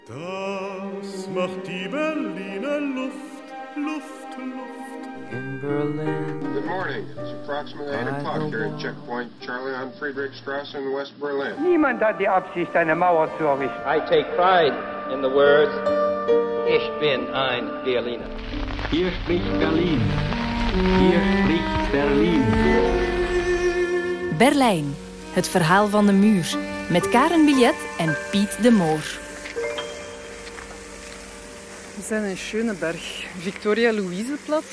Das macht die Berliner Luft, Luft, Luft. In Berlin. Good morning. It's approximately 8 o'clock here at Checkpoint Charlie on Friedrichstrasse in West Berlin. Niemand hat die Absicht, eine Mauer zu errichten. I take pride in the words, Ich bin ein Berliner. Hier spricht Berlin. Hier spricht Berlin. Berlijn, het verhaal van de muur. Met Karen Billet en Piet de Moor. We zijn in Schöneberg, Victoria-Louise-Platz.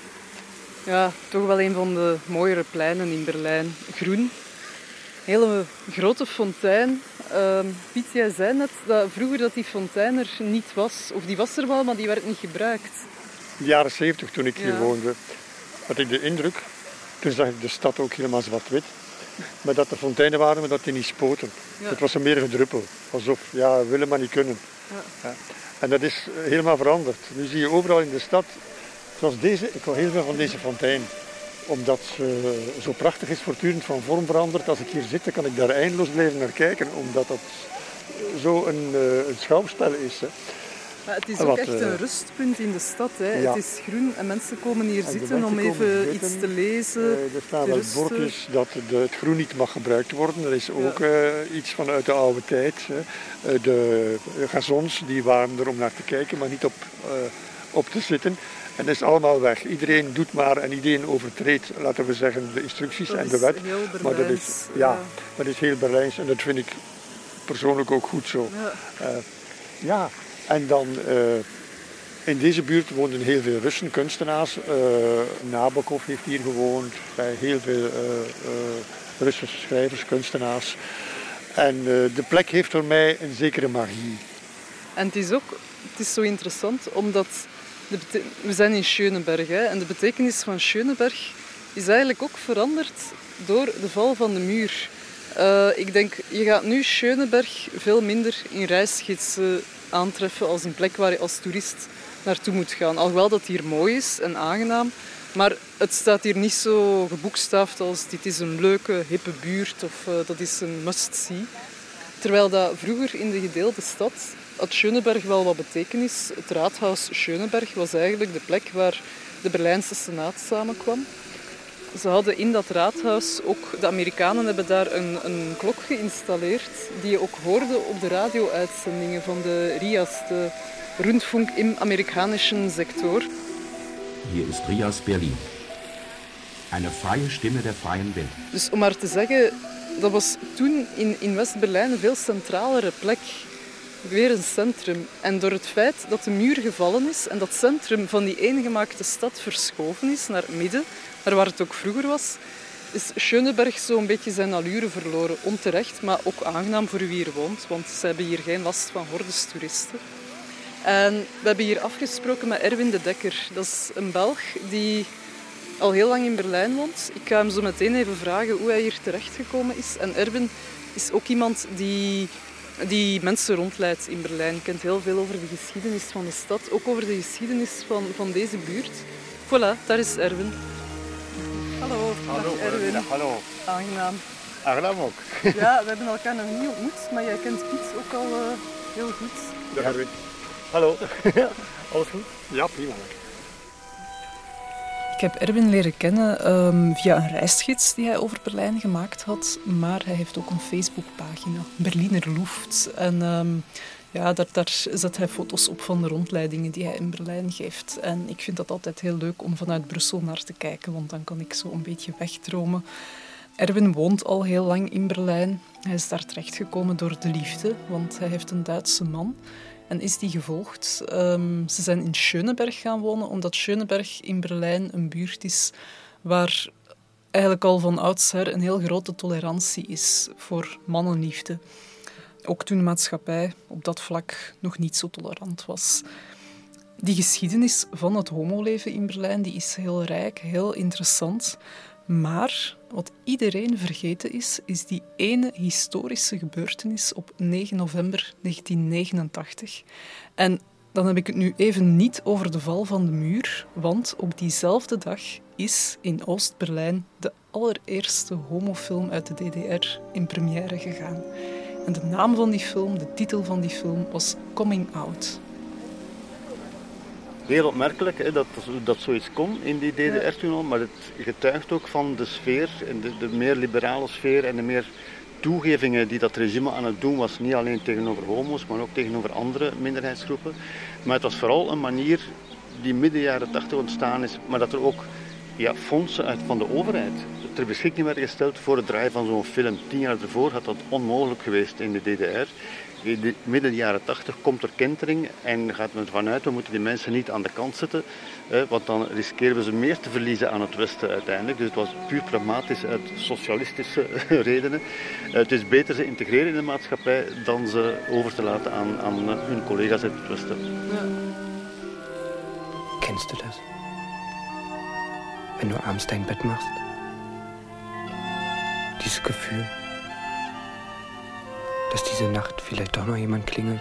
Ja, toch wel een van de mooiere pleinen in Berlijn. Groen. Hele grote fontein. Piet, jij zei net dat vroeger dat die fontein er niet was. Of die was er wel, maar die werd niet gebruikt. In de jaren 70, toen ik hier woonde, had ik de indruk, toen zag ik de stad ook helemaal zwart-wit, maar dat er fonteinen waren, maar dat die niet spoten. Ja. Het was een meer gedruppel, alsof, ja, we willen maar niet kunnen. Ja. Ja. En dat is helemaal veranderd. Nu zie je overal in de stad, zoals deze, ik hou heel veel van deze fontein, omdat ze zo prachtig is, voortdurend van vorm verandert. Als ik hier zit, dan kan ik daar eindeloos blijven naar kijken, omdat dat zo een schouwspel is. Hè. Maar het is ook echt een rustpunt in de stad. Hè. Ja. Het is groen en mensen komen hier zitten om even iets te lezen. Er staan wel bordjes dat het groen niet mag gebruikt worden. Er is ook iets vanuit de oude tijd. Hè. De gazons die waren er om naar te kijken, maar niet op te zitten. En dat is allemaal weg. Iedereen doet maar en iedereen overtreedt, laten we zeggen, de instructies en de wet. Maar dat is heel Berlijns en dat vind ik persoonlijk ook goed zo. Ja. En dan in deze buurt woonden heel veel Russen, kunstenaars. Nabokov heeft hier gewoond. Heel veel Russische schrijvers, kunstenaars. En de plek heeft voor mij een zekere magie. En het is zo interessant, omdat we zijn in Schöneberg. Hè, en de betekenis van Schöneberg is eigenlijk ook veranderd door de val van de muur. Ik denk, je gaat nu Schöneberg veel minder in reisgidsen aantreffen als een plek waar je als toerist naartoe moet gaan. Alhoewel dat hier mooi is en aangenaam, maar het staat hier niet zo geboekstaafd als dit is een leuke, hippe buurt of dat is een must-see. Terwijl dat vroeger in de gedeelde stad had Schöneberg wel wat betekenis. Het raadhuis Schöneberg was eigenlijk de plek waar de Berlijnse Senaat samenkwam. Ze hadden in dat raadhuis ook, de Amerikanen hebben daar een klok geïnstalleerd die je ook hoorde op de radio-uitzendingen van de RIAS, de Rundfunk im amerikanischen Sektor. Hier is RIAS Berlin. Een vrije stimme der freien Welt. Dus om maar te zeggen, dat was toen in West-Berlijn een veel centralere plek. Weer een centrum. En door het feit dat de muur gevallen is en dat centrum van die eengemaakte stad verschoven is naar het midden, naar waar het ook vroeger was, is Schöneberg zo'n beetje zijn allure verloren. Onterecht, maar ook aangenaam voor wie hier woont, want ze hebben hier geen last van hordes toeristen. En we hebben hier afgesproken met Erwin de Dekker. Dat is een Belg die al heel lang in Berlijn woont. Ik ga hem zo meteen even vragen hoe hij hier terechtgekomen is. En Erwin is ook iemand die mensen rondleidt in Berlijn. Kent heel veel over de geschiedenis van de stad, ook over de geschiedenis van deze buurt. Voilà, daar is Erwin. Hallo, dag Erwin. Ja, hallo. Aangenaam. Aangenaam ook. Ja, we hebben elkaar nog niet ontmoet, maar jij kent Piet ook al heel goed. Dag Erwin. Hallo. Alles goed? Ja, prima. Ik heb Erwin leren kennen via een reisgids die hij over Berlijn gemaakt had. Maar hij heeft ook een Facebookpagina, Berliner Luft. En daar zet hij foto's op van de rondleidingen die hij in Berlijn geeft. En ik vind dat altijd heel leuk om vanuit Brussel naar te kijken, want dan kan ik zo een beetje wegdromen. Erwin woont al heel lang in Berlijn. Hij is daar terechtgekomen door de liefde, want hij heeft een Duitse man. En is die gevolgd. Ze zijn in Schöneberg gaan wonen, omdat Schöneberg in Berlijn een buurt is waar eigenlijk al van oudsher een heel grote tolerantie is voor mannenliefde. Ook toen de maatschappij op dat vlak nog niet zo tolerant was. Die geschiedenis van het homoleven in Berlijn die is heel rijk, heel interessant. Maar wat iedereen vergeten is die ene historische gebeurtenis op 9 november 1989. En dan heb ik het nu even niet over de val van de muur, want op diezelfde dag is in Oost-Berlijn de allereerste homofilm uit de DDR in première gegaan. En de naam van die film, de titel van die film, was Coming Out. Heel opmerkelijk hè, dat zoiets kon in die DDR toen al, maar het getuigt ook van de sfeer, de meer liberale sfeer en de meer toegevingen die dat regime aan het doen was, niet alleen tegenover homo's, maar ook tegenover andere minderheidsgroepen. Maar het was vooral een manier die midden jaren 80 ontstaan is, maar dat er ook fondsen van de overheid ter beschikking werden gesteld voor het draaien van zo'n film. 10 jaar ervoor had dat onmogelijk geweest in de DDR. Midden de jaren 80 komt er kentering en gaat men ervan uit, we moeten die mensen niet aan de kant zetten, want dan riskeren we ze meer te verliezen aan het Westen uiteindelijk. Dus het was puur pragmatisch uit socialistische redenen. Het is beter ze integreren in de maatschappij dan ze over te laten aan hun collega's uit het Westen. Ja. Kennst du das? Wenn du abends dein Bett machst? Dieses Gefühl, dass diese Nacht vielleicht doch noch jemand klingelt.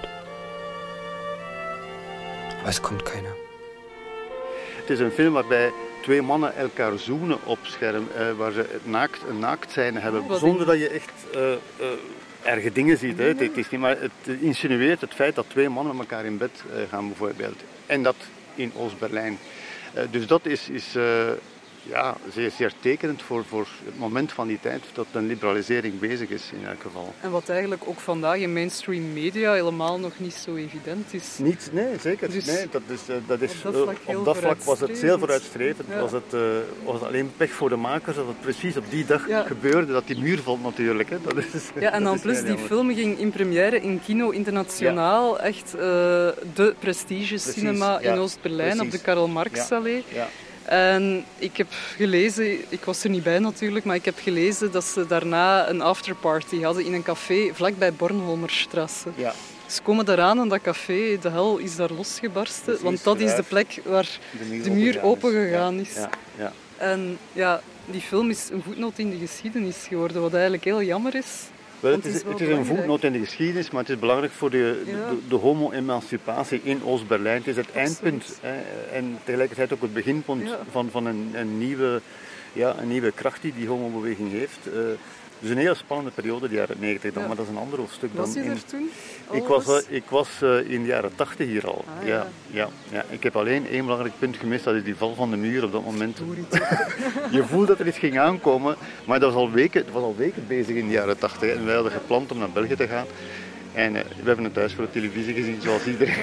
Aber es kommt keiner. Het is een film waarbij 2 mannen elkaar zoenen op scherm, waar ze een naaktscène hebben, zonder dat je echt erge dingen ziet. Hè. Het is niet, maar het insinueert het feit dat 2 mannen met elkaar in bed gaan bijvoorbeeld. En dat in Oost-Berlijn. Dus dat is zeer tekenend voor het moment van die tijd dat een liberalisering bezig is in elk geval. En wat eigenlijk ook vandaag in mainstream media helemaal nog niet zo evident is. Nee, zeker. Dus nee, dat is op dat vlak was het heel vooruitstrevend. Ja. Was alleen pech voor de makers dat het precies op die dag gebeurde, dat die muur valt natuurlijk. Hè. Dat is, en dan plus die film ging in première in Kino Internationaal, echt de prestige cinema in Oost-Berlijn op de Karl Marx-allee. Ja. En ik heb gelezen, ik was er niet bij natuurlijk, maar ik heb gelezen dat ze daarna een afterparty hadden in een café vlakbij Bornholmerstrasse. Ja. Ze komen daaraan en dat café, de hel is daar losgebarsten, precies, want dat is de plek waar de muur opengegaan is. Ja. En die film is een voetnoot in de geschiedenis geworden, wat eigenlijk heel jammer is. Wel, het is een voetnoot in de geschiedenis, maar het is belangrijk voor de homo-emancipatie in Oost-Berlijn. Het is het eindpunt en tegelijkertijd ook het beginpunt van een nieuwe kracht die homobeweging heeft. Dus een hele spannende periode, de jaren 90 dan, maar dat is een ander hoofdstuk. Was je er toen? Ik was in de jaren 80 hier al. Ja. Ik heb alleen één belangrijk punt gemist, dat is die val van de muur op dat moment. Je voelt dat er iets ging aankomen, maar het was al weken bezig in de jaren 80. En wij hadden gepland om naar België te gaan. En we hebben het thuis voor de televisie gezien, zoals iedereen.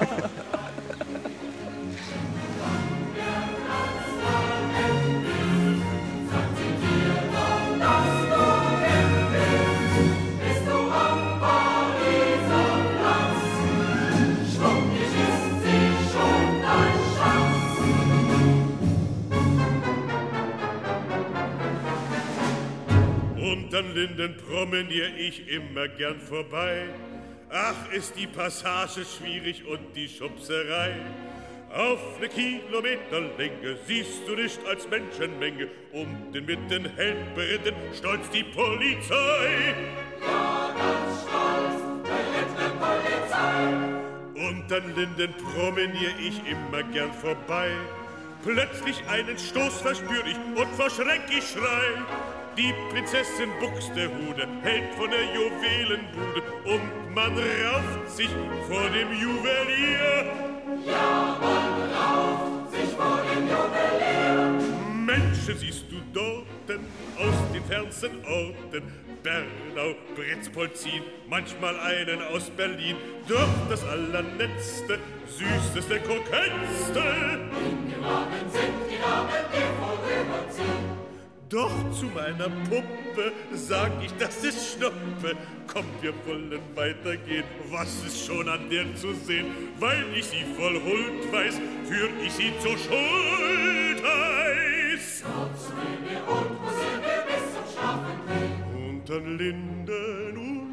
An Linden promenier ich immer gern vorbei. Ach, ist die Passage schwierig und die Schubserei. Auf 1 Kilometerlänge siehst du nicht als Menschenmenge und inmitten hält beritten stolz die Polizei. Ja, ganz stolz, berittene Polizei. Und an Linden promenier ich immer gern vorbei. Plötzlich einen Stoß verspür ich und vor Schreck ich schrei. Die Prinzessin Buxtehude hält von der Juwelenbude und man rauft sich vor dem Juwelier. Ja, man rauft sich vor dem Juwelier. Menschen siehst du dorten aus den fernsten Orten, Bernau, Britzpolzin, manchmal einen aus Berlin, doch das allerletzte, süßeste, kokettste. In dem Abend sind die Damen, die vorüberziehen. Doch zu meiner Puppe sag ich, das ist Schnuppe. Komm, wir wollen weitergehen, was ist schon an der zu sehen? Weil ich sie voll Huld weiß, führ ich sie zur Schultheiß. Dort spielen wir und musieren wir bis zum Schlafen gehen. Untern Linden,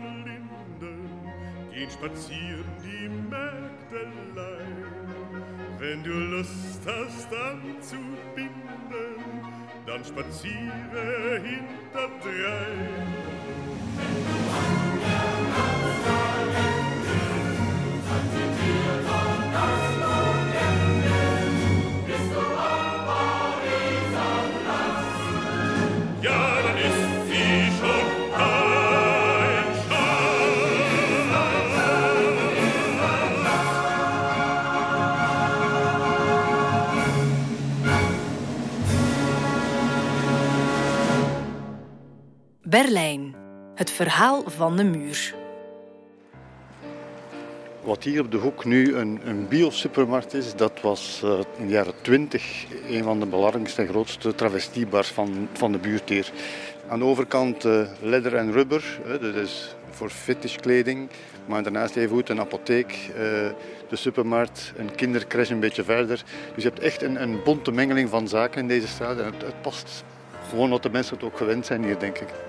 gehen spazieren die Mägdelein. Wenn du Lust hast anzubinden, dann spaziere hinter 3. Ja, dann ist sie schon ein Schatz. Berlijn. Het verhaal van de muur. Wat hier op de hoek nu een bio-supermarkt is, dat was in de jaren 20 een van de belangrijkste en grootste travestiebars van de buurt hier. Aan de overkant leder en rubber, dat is voor fetishkleding. Maar daarnaast even goed een apotheek, de supermarkt, een kindercrash een beetje verder. Dus je hebt echt een bonte mengeling van zaken in deze straat. En het past gewoon dat de mensen het ook gewend zijn hier, denk ik.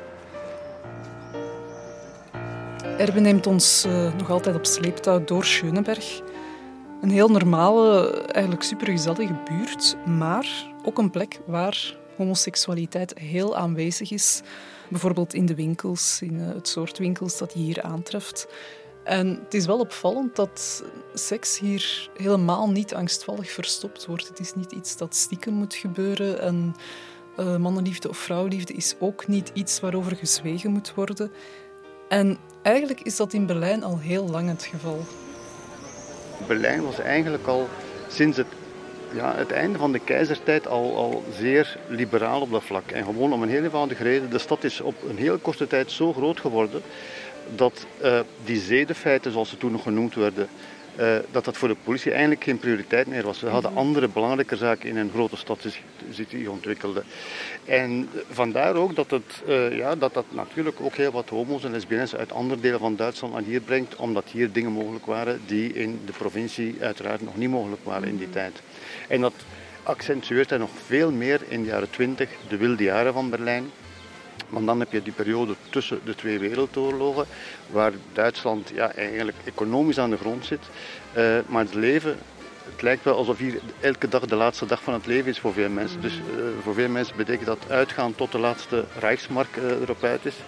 Erwin neemt ons nog altijd op sleeptouw door Schöneberg. Een heel normale, eigenlijk supergezellige buurt, maar ook een plek waar homoseksualiteit heel aanwezig is. Bijvoorbeeld in de winkels, in het soort winkels dat je hier aantreft. En het is wel opvallend dat seks hier helemaal niet angstvallig verstopt wordt. Het is niet iets dat stiekem moet gebeuren. En mannenliefde of vrouwenliefde is ook niet iets waarover gezwegen moet worden. En eigenlijk is dat in Berlijn al heel lang het geval. Berlijn was eigenlijk al sinds het einde van de keizertijd al zeer liberaal op dat vlak. En gewoon om een heel eenvoudige reden. De stad is op een heel korte tijd zo groot geworden dat die zedenfeiten, zoals ze toen nog genoemd werden, dat voor de politie eigenlijk geen prioriteit meer was. Ze hadden andere belangrijke zaken in een grote stad die ontwikkelden. En vandaar ook dat natuurlijk ook heel wat homo's en lesbiennes uit andere delen van Duitsland aan hier brengt, omdat hier dingen mogelijk waren die in de provincie uiteraard nog niet mogelijk waren in die tijd. En dat accentueert hij nog veel meer in de jaren 20, de wilde jaren van Berlijn. Want dan heb je die periode tussen de twee wereldoorlogen, waar Duitsland eigenlijk economisch aan de grond zit. Maar het leven, het lijkt wel alsof hier elke dag de laatste dag van het leven is voor veel mensen. Dus voor veel mensen betekent dat uitgaan tot de laatste Rijksmark erop uit is.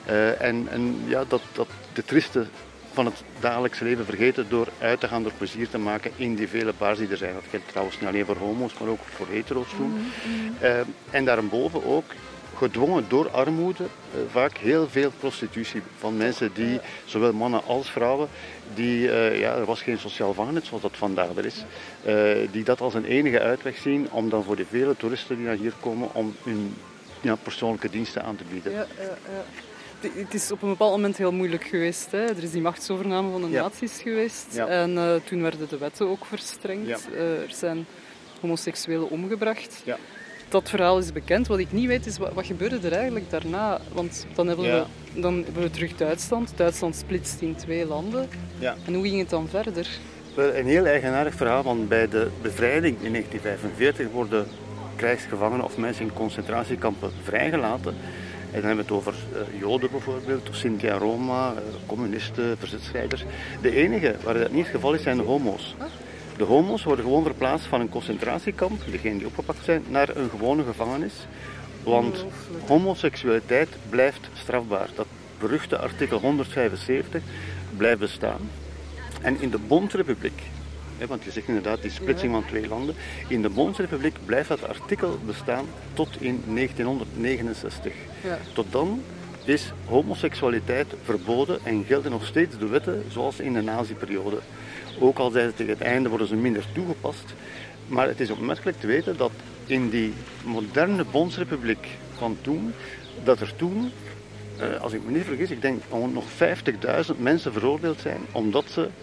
Dat de triste van het dagelijkse leven vergeten door uit te gaan, door plezier te maken in die vele bars die er zijn. Dat geldt trouwens niet alleen voor homo's, maar ook voor hetero's toen. En daarboven ook gedwongen door armoede, vaak heel veel prostitutie van mensen die, zowel mannen als vrouwen, er was geen sociaal vangnet zoals dat vandaag er is, die dat als een enige uitweg zien om dan voor de vele toeristen die naar hier komen, om hun persoonlijke diensten aan te bieden. Ja. Het is op een bepaald moment heel moeilijk geweest. Hè. Er is die machtsovername van de nazi's geweest. Ja. En toen werden de wetten ook verstrengd. Ja. Er zijn homoseksuelen omgebracht. Ja. Dat verhaal is bekend. Wat ik niet weet is, wat gebeurde er eigenlijk daarna? Want dan hebben we terug Duitsland. Duitsland splitst in 2 landen. Ja. En hoe ging het dan verder? Een heel eigenaardig verhaal, want bij de bevrijding in 1945 worden krijgsgevangenen of mensen in concentratiekampen vrijgelaten. En dan hebben we het over Joden bijvoorbeeld, of Sinti en Roma, communisten, verzetsstrijders. De enige waar dat niet het geval is, zijn de homo's. De homo's worden gewoon verplaatst van een concentratiekamp, degenen die opgepakt zijn, naar een gewone gevangenis. Want homoseksualiteit blijft strafbaar. Dat beruchte artikel 175 blijft bestaan. En in de Bondsrepubliek, want je zegt inderdaad die splitsing van 2 landen, in de Bondsrepubliek blijft dat artikel bestaan tot in 1969. Ja. Tot dan is homoseksualiteit verboden en gelden nog steeds de wetten zoals in de nazi-periode. Ook al zijn ze tegen het einde worden ze minder toegepast. Maar het is opmerkelijk te weten dat in die moderne Bondsrepubliek van toen, dat er toen, als ik me niet vergis, ik denk nog 50.000 mensen veroordeeld zijn omdat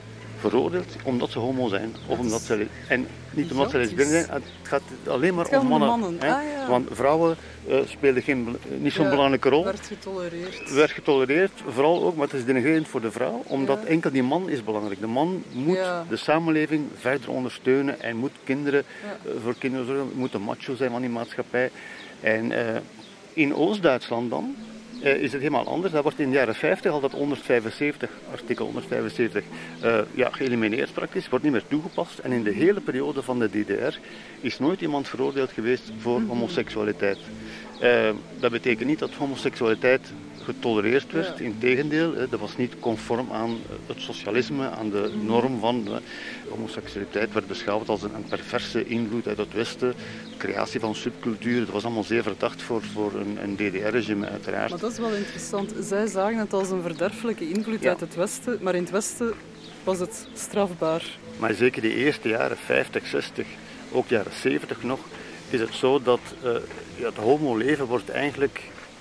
ze homo zijn. Of omdat ze, en niet omdat ze lesbiennes zijn, het gaat alleen maar om mannen. Ah, ja. Want vrouwen speelden niet zo'n belangrijke rol. Werd getolereerd, vooral ook, maar het is denigrerend voor de vrouw, omdat enkel die man is belangrijk. De man moet de samenleving verder ondersteunen en moet voor kinderen zorgen, moet een macho zijn van die maatschappij. En in Oost-Duitsland dan is het helemaal anders. Dat wordt in de jaren 50 al dat artikel 175 geëlimineerd praktisch, wordt niet meer toegepast. En in de hele periode van de DDR is nooit iemand veroordeeld geweest voor homoseksualiteit. Dat betekent niet dat homoseksualiteit getolereerd werd. Integendeel, dat was niet conform aan het socialisme, aan de norm van homoseksualiteit werd beschouwd als een perverse invloed uit het Westen, creatie van subcultuur. Dat was allemaal zeer verdacht voor een DDR-regime uiteraard. Maar dat is wel interessant. Zij zagen het als een verderfelijke invloed uit het Westen, maar in het Westen was het strafbaar. Maar zeker de eerste jaren, 50, 60, ook jaren 70 nog, is het zo dat het homo-leven wordt eigenlijk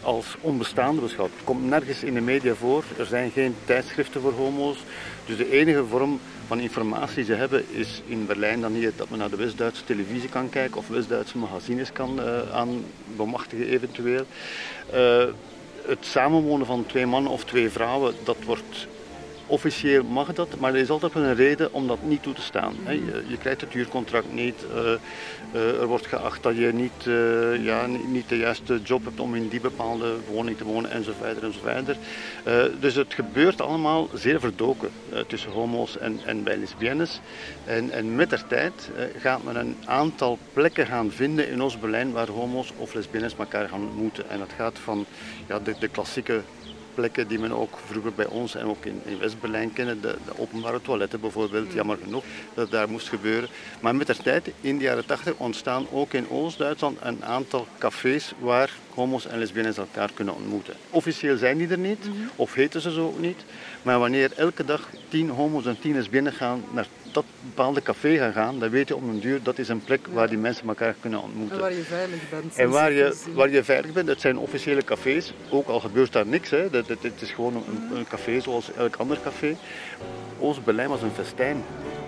als onbestaande beschouwd. Het komt nergens in de media voor, er zijn geen tijdschriften voor homo's. Dus de enige vorm van informatie die ze hebben is in Berlijn dan niet dat men naar de West-Duitse televisie kan kijken of West-Duitse magazines kan aan bemachtigen eventueel. Het samenwonen van 2 mannen of 2 vrouwen, dat wordt... Officieel mag dat, maar er is altijd wel een reden om dat niet toe te staan. Je krijgt het huurcontract niet, er wordt geacht dat je niet de juiste job hebt om in die bepaalde woning te wonen enzovoort. Dus het gebeurt allemaal zeer verdoken tussen homo's en bij lesbiennes. En met der tijd gaat men een aantal plekken gaan vinden in Oost-Berlijn waar homo's of lesbiennes elkaar gaan ontmoeten. En dat gaat van de klassieke plekken die men ook vroeger bij ons en ook in West-Berlijn kennen, de openbare toiletten bijvoorbeeld, jammer genoeg dat daar moest gebeuren. Maar met de tijd, in de jaren 80, ontstaan ook in Oost-Duitsland een aantal cafés waar homo's en lesbiennes elkaar kunnen ontmoeten. Officieel zijn die er niet, of heten ze zo ook niet, maar wanneer elke dag 10 homo's en 10 lesbiennes gaan naar dat bepaalde café gaan, dan weet je om een duur, dat is een plek waar die mensen elkaar kunnen ontmoeten. En waar je veilig bent. En waar je veilig bent, dat zijn officiële cafés, ook al gebeurt daar niks. Hè. Het is gewoon een café zoals elk ander café. Oost-Berlijn was een festijn.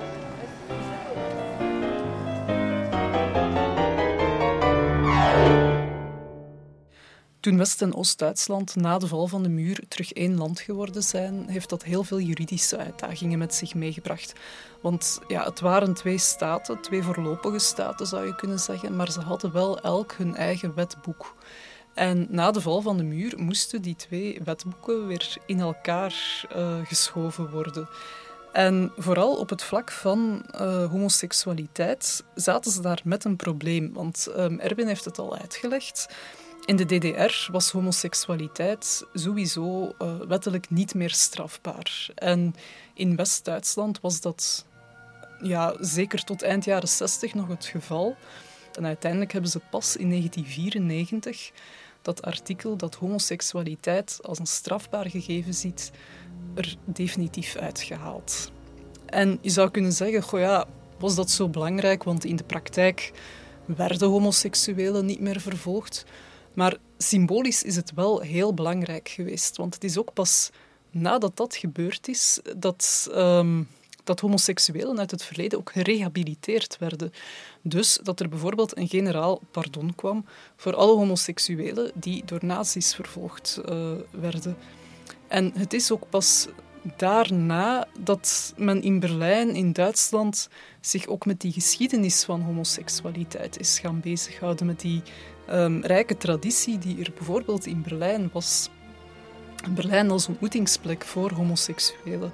Toen West- en Oost-Duitsland na de val van de muur terug één land geworden zijn, heeft dat heel veel juridische uitdagingen met zich meegebracht. Want ja, het waren 2 staten, 2 voorlopige staten zou je kunnen zeggen, maar ze hadden wel elk hun eigen wetboek. En na de val van de muur moesten die 2 wetboeken weer in elkaar geschoven worden. En vooral op het vlak van homoseksualiteit zaten ze daar met een probleem. Want Erwin heeft het al uitgelegd. In de DDR was homoseksualiteit sowieso wettelijk niet meer strafbaar. En in West-Duitsland was dat zeker tot eind jaren 60 nog het geval. En uiteindelijk hebben ze pas in 1994 dat artikel dat homoseksualiteit als een strafbaar gegeven ziet, er definitief uitgehaald. En je zou kunnen zeggen, was dat zo belangrijk? Want in de praktijk werden homoseksuelen niet meer vervolgd. Maar symbolisch is het wel heel belangrijk geweest. Want het is ook pas nadat dat gebeurd is dat homoseksuelen uit het verleden ook gerehabiliteerd werden. Dus dat er bijvoorbeeld een generaal pardon kwam voor alle homoseksuelen die door nazi's vervolgd werden. En het is ook pas daarna dat men in Berlijn, in Duitsland, zich ook met die geschiedenis van homoseksualiteit is gaan bezighouden, met die rijke traditie die er bijvoorbeeld in Berlijn was. Berlijn als ontmoetingsplek voor homoseksuelen.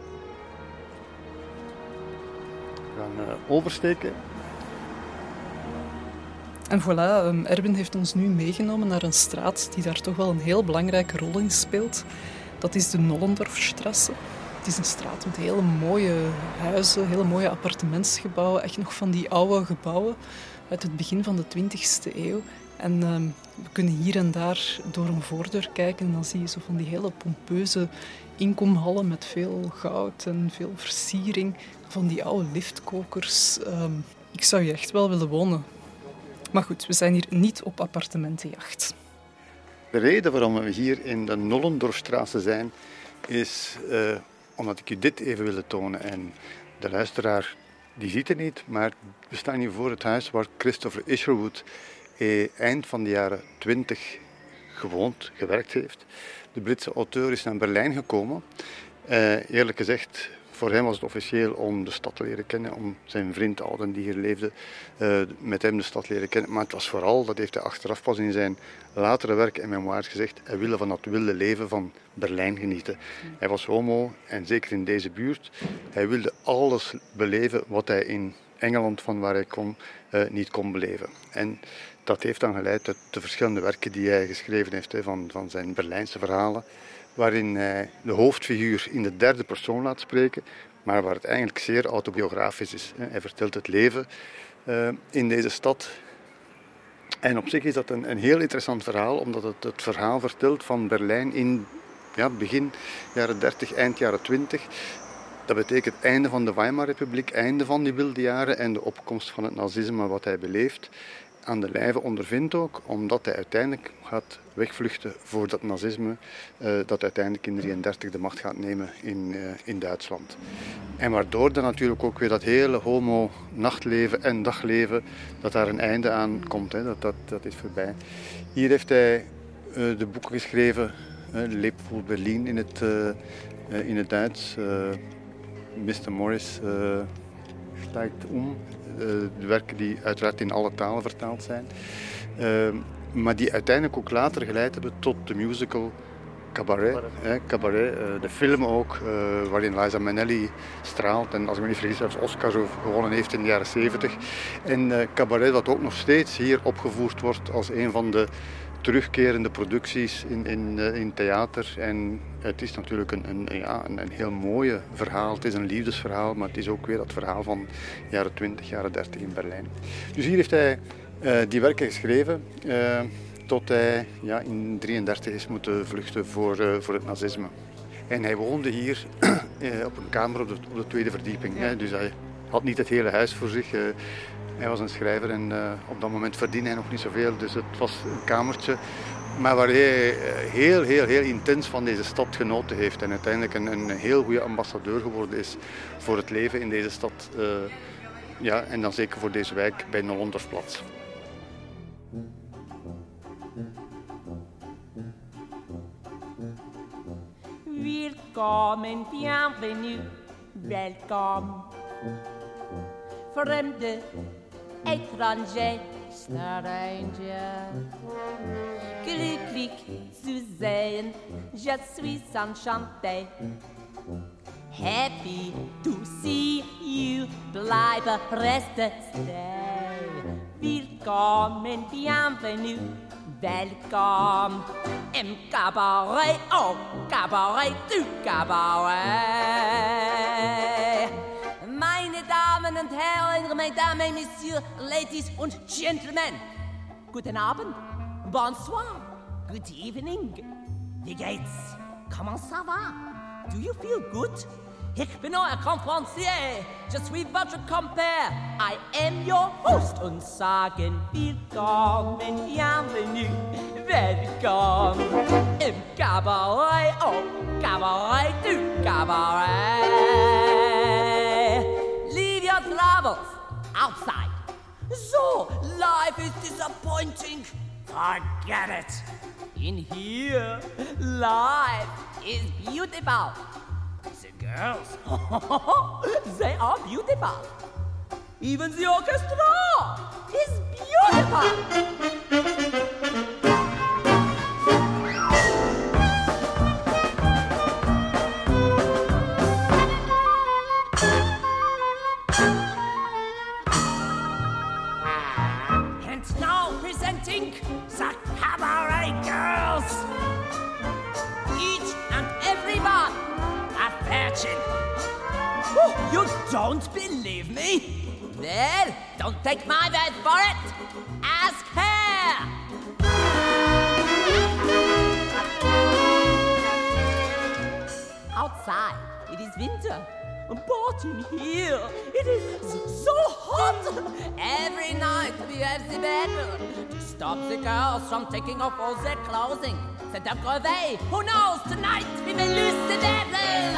We gaan oversteken. En voilà, Erwin heeft ons nu meegenomen naar een straat die daar toch wel een heel belangrijke rol in speelt. Dat is de Nollendorfstrasse. Het is een straat met hele mooie huizen, hele mooie appartementsgebouwen. Echt nog van die oude gebouwen uit het begin van de 20e eeuw. En we kunnen hier en daar door een voordeur kijken en dan zie je zo van die hele pompeuze inkomhallen met veel goud en veel versiering. Van die oude liftkokers. Ik zou hier echt wel willen wonen. Maar goed, we zijn hier niet op appartementenjacht. De reden waarom we hier in de Nollendorfstraße zijn, is omdat ik u dit even wil tonen. En de luisteraar die ziet het niet, maar we staan hier voor het huis waar Christopher Isherwood eind van de jaren 20 gewerkt heeft. De Britse auteur is naar Berlijn gekomen. Eerlijk gezegd, voor hem was het officieel om de stad te leren kennen, om zijn vriend Auden die hier leefde, met hem de stad leren kennen. Maar het was vooral, dat heeft hij achteraf pas in zijn latere werken en memoires gezegd, hij wilde van dat wilde leven van Berlijn genieten. Hij was homo en zeker in deze buurt. Hij wilde alles beleven wat hij in Engeland, van waar hij kwam, niet kon beleven. En dat heeft dan geleid tot de verschillende werken die hij geschreven heeft, van zijn Berlijnse verhalen, waarin hij de hoofdfiguur in de derde persoon laat spreken, maar waar het eigenlijk zeer autobiografisch is. Hij vertelt het leven in deze stad. En op zich is dat een heel interessant verhaal, omdat het verhaal vertelt van Berlijn in begin jaren 30, eind jaren 20. Dat betekent het einde van de Weimarrepubliek, einde van die wilde jaren en de opkomst van het nazisme, wat hij beleeft. aan de lijve ondervindt ook, omdat hij uiteindelijk gaat wegvluchten voor dat nazisme dat uiteindelijk in 1933 de macht gaat nemen in Duitsland. En waardoor dan natuurlijk ook weer dat hele homo-nachtleven en dagleven, dat daar een einde aan komt, hè, dat is voorbij. Hier heeft hij de boeken geschreven, Leb voor Berlin in het Duits, Mr. Morris steigt de werken die uiteraard in alle talen vertaald zijn, maar die uiteindelijk ook later geleid hebben tot de musical Cabaret. Cabaret, de film ook, waarin Liza Minnelli straalt en als ik me niet vergis zelfs Oscar gewonnen heeft in de jaren 70. En Cabaret wat ook nog steeds hier opgevoerd wordt als een van de terugkerende producties in theater. En het is natuurlijk een heel mooi verhaal. Het is een liefdesverhaal, maar het is ook weer dat verhaal van jaren 20, jaren 30 in Berlijn. Dus hier heeft hij die werken geschreven tot hij in 1933 is moeten vluchten voor het nazisme. En hij woonde hier op een kamer op de tweede verdieping. Ja. Dus hij had niet het hele huis voor zich. Hij was een schrijver en op dat moment verdiende hij nog niet zoveel. Dus het was een kamertje, maar waar hij heel intens van deze stad genoten heeft. En uiteindelijk een heel goede ambassadeur geworden is voor het leven in deze stad. En dan zeker voor deze wijk bij Nollondersplatz. Willkommen, bienvenue, welkom. Fremde, étranger, stranger. Glücklich zu sehen, je suis enchanté. Happy to see you, bleibe, reste, stay. Willkommen, bienvenue, welkom. Im Cabaret, oh Cabaret, du Cabaret. Meine Damen und Herren, Mesdames et Messieurs, Ladies und Gentlemen. Guten Abend, bonsoir, good evening. Wie geht's? Comment ça va? Do you feel good? Ich bin euer Conferencier, je suis votre compère. I am your host und sagen willkommen, bienvenue, welcome. Im Cabaret, oh Cabaret, du Cabaret. Leave your troubles outside. So, life is disappointing. Forget it. In here, life is beautiful. The girls, they are beautiful. Even the orchestra is beautiful. And now presenting the Cabaret Girls. Each and every one a virgin. Oh, you don't believe me? Well, don't take my word for it. Ask her. Outside, it is winter. But in here, it is so hot. Every night we have the battle to stop the girls from taking off all their clothing. C'est un brevet. Who knows? Tonight we may lose the battle.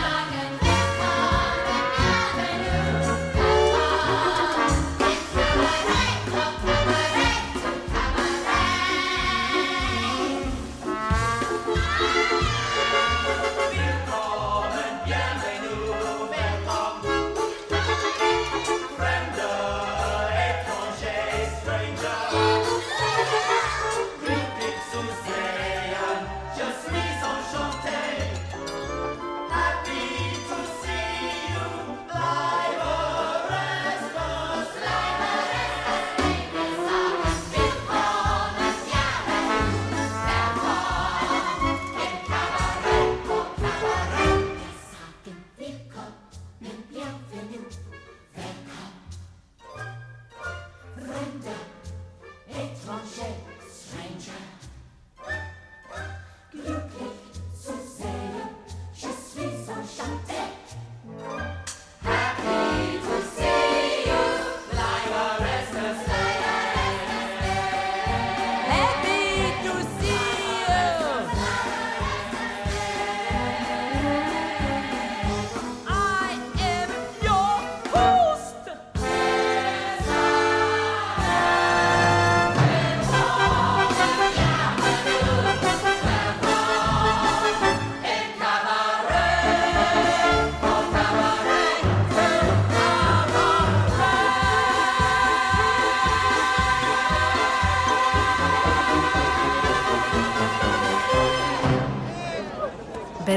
Happy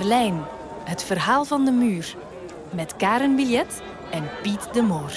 Berlijn. Het verhaal van de muur. Met Karen Billet en Piet de Moor.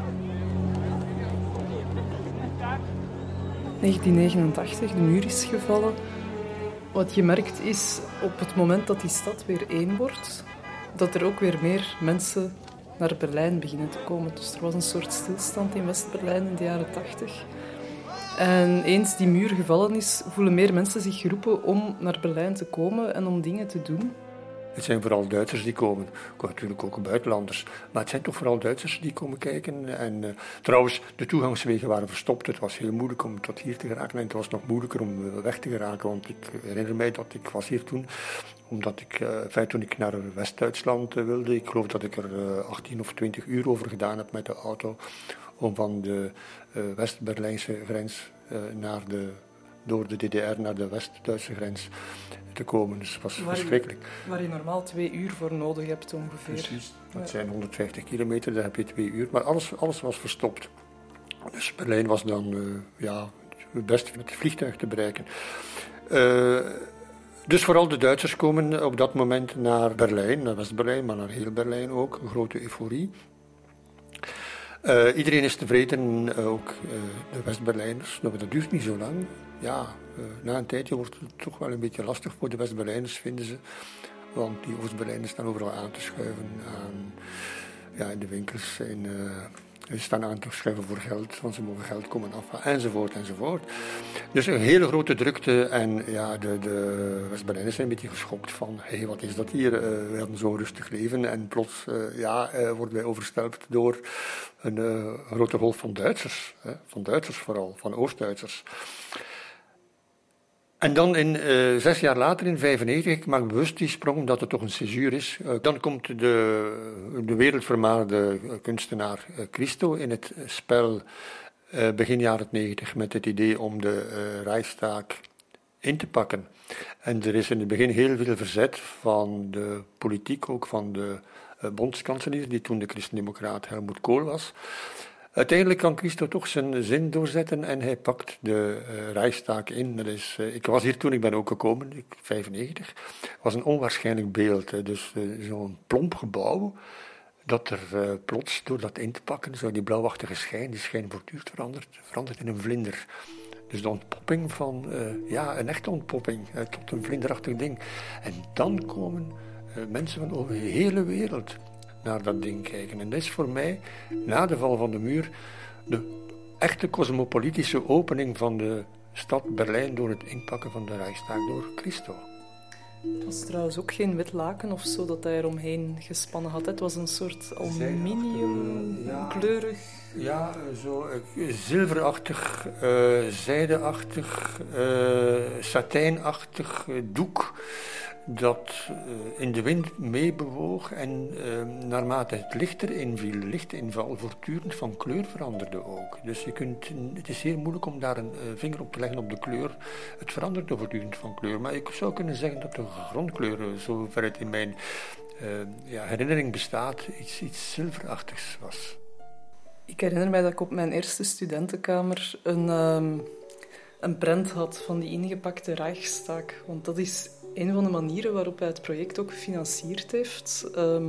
1989, de muur is gevallen. Wat je merkt is, op het moment dat die stad weer één wordt, dat er ook weer meer mensen naar Berlijn beginnen te komen. Dus er was een soort stilstand in West-Berlijn in de jaren 80. En eens die muur gevallen is, voelen meer mensen zich geroepen om naar Berlijn te komen en om dingen te doen. Het zijn vooral Duitsers die komen, natuurlijk ook buitenlanders. Maar het zijn toch vooral Duitsers die komen kijken. En trouwens, de toegangswegen waren verstopt. Het was heel moeilijk om tot hier te geraken. En het was nog moeilijker om weg te geraken. Want ik herinner mij dat ik was hier toen, omdat toen ik naar West-Duitsland wilde, ik geloof dat ik er 18 of 20 uur over gedaan heb met de auto, om van de West-Berlijnse grens door de DDR naar de West-Duitse grens te komen. Dus het was verschrikkelijk. Waar je normaal 2 uur voor nodig hebt ongeveer. Precies. Dat zijn 150 kilometer, daar heb je 2 uur. Maar alles was verstopt. Dus Berlijn was dan het best met het vliegtuig te bereiken. Dus vooral de Duitsers komen op dat moment naar Berlijn, naar West-Berlijn, maar naar heel Berlijn ook. Een grote euforie. Iedereen is tevreden, ook de West-Berlijners. Nou, dat duurt niet zo lang. Ja, na een tijdje wordt het toch wel een beetje lastig voor de West-Berlijners, vinden ze. Want die Oost-Berlijners staan overal aan te schuiven. In de winkels ze staan aan te schuiven voor geld, want ze mogen geld komen af, enzovoort. Dus een hele grote drukte en ja, de West-Berlijners zijn een beetje geschokt van, hey, wat is dat hier? We hadden zo'n rustig leven en plots worden wij overstelpt door een grote golf van Duitsers. Van Duitsers vooral, van Oost-Duitsers. En dan 6 jaar later, in 1995, ik maak bewust die sprong omdat het toch een césuur is. Dan komt de wereldvermaarde kunstenaar Christo in het spel begin jaren 90 met het idee om de Reichstag in te pakken. En er is in het begin heel veel verzet van de politiek, ook van de bondskanselier, die toen de christendemocraat Helmut Kohl was. Uiteindelijk kan Christo toch zijn zin doorzetten en hij pakt de Reichstag in. Ik was hier toen, ik ben ook gekomen, in 1995. Het was een onwaarschijnlijk beeld. Dus zo'n plomp gebouw, dat er plots door dat in te pakken, zo die blauwachtige schijn, die schijn voortdurend verandert in een vlinder. Dus de ontpopping van, een echte ontpopping, tot een vlinderachtig ding. En dan komen mensen van over de hele wereld naar dat ding kijken. En dat is voor mij, na de val van de muur, de echte cosmopolitische opening van de stad Berlijn door het inpakken van de Reichstag door Christo. Het was trouwens ook geen wit laken of zo dat hij eromheen gespannen had. Het was een soort aluminiumkleurig. Ja, zo zilverachtig, zijdeachtig, satijnachtig doek dat in de wind meebewoog en naarmate het lichtinval voortdurend van kleur veranderde ook. Dus het is heel moeilijk om daar een vinger op te leggen op de kleur. Het veranderde voortdurend van kleur, maar ik zou kunnen zeggen dat de grondkleur, zover het in mijn herinnering bestaat, iets zilverachtigs was. Ik herinner mij dat ik op mijn eerste studentenkamer een prent had van die ingepakte Reichstag, want dat is een van de manieren waarop hij het project ook gefinancierd heeft.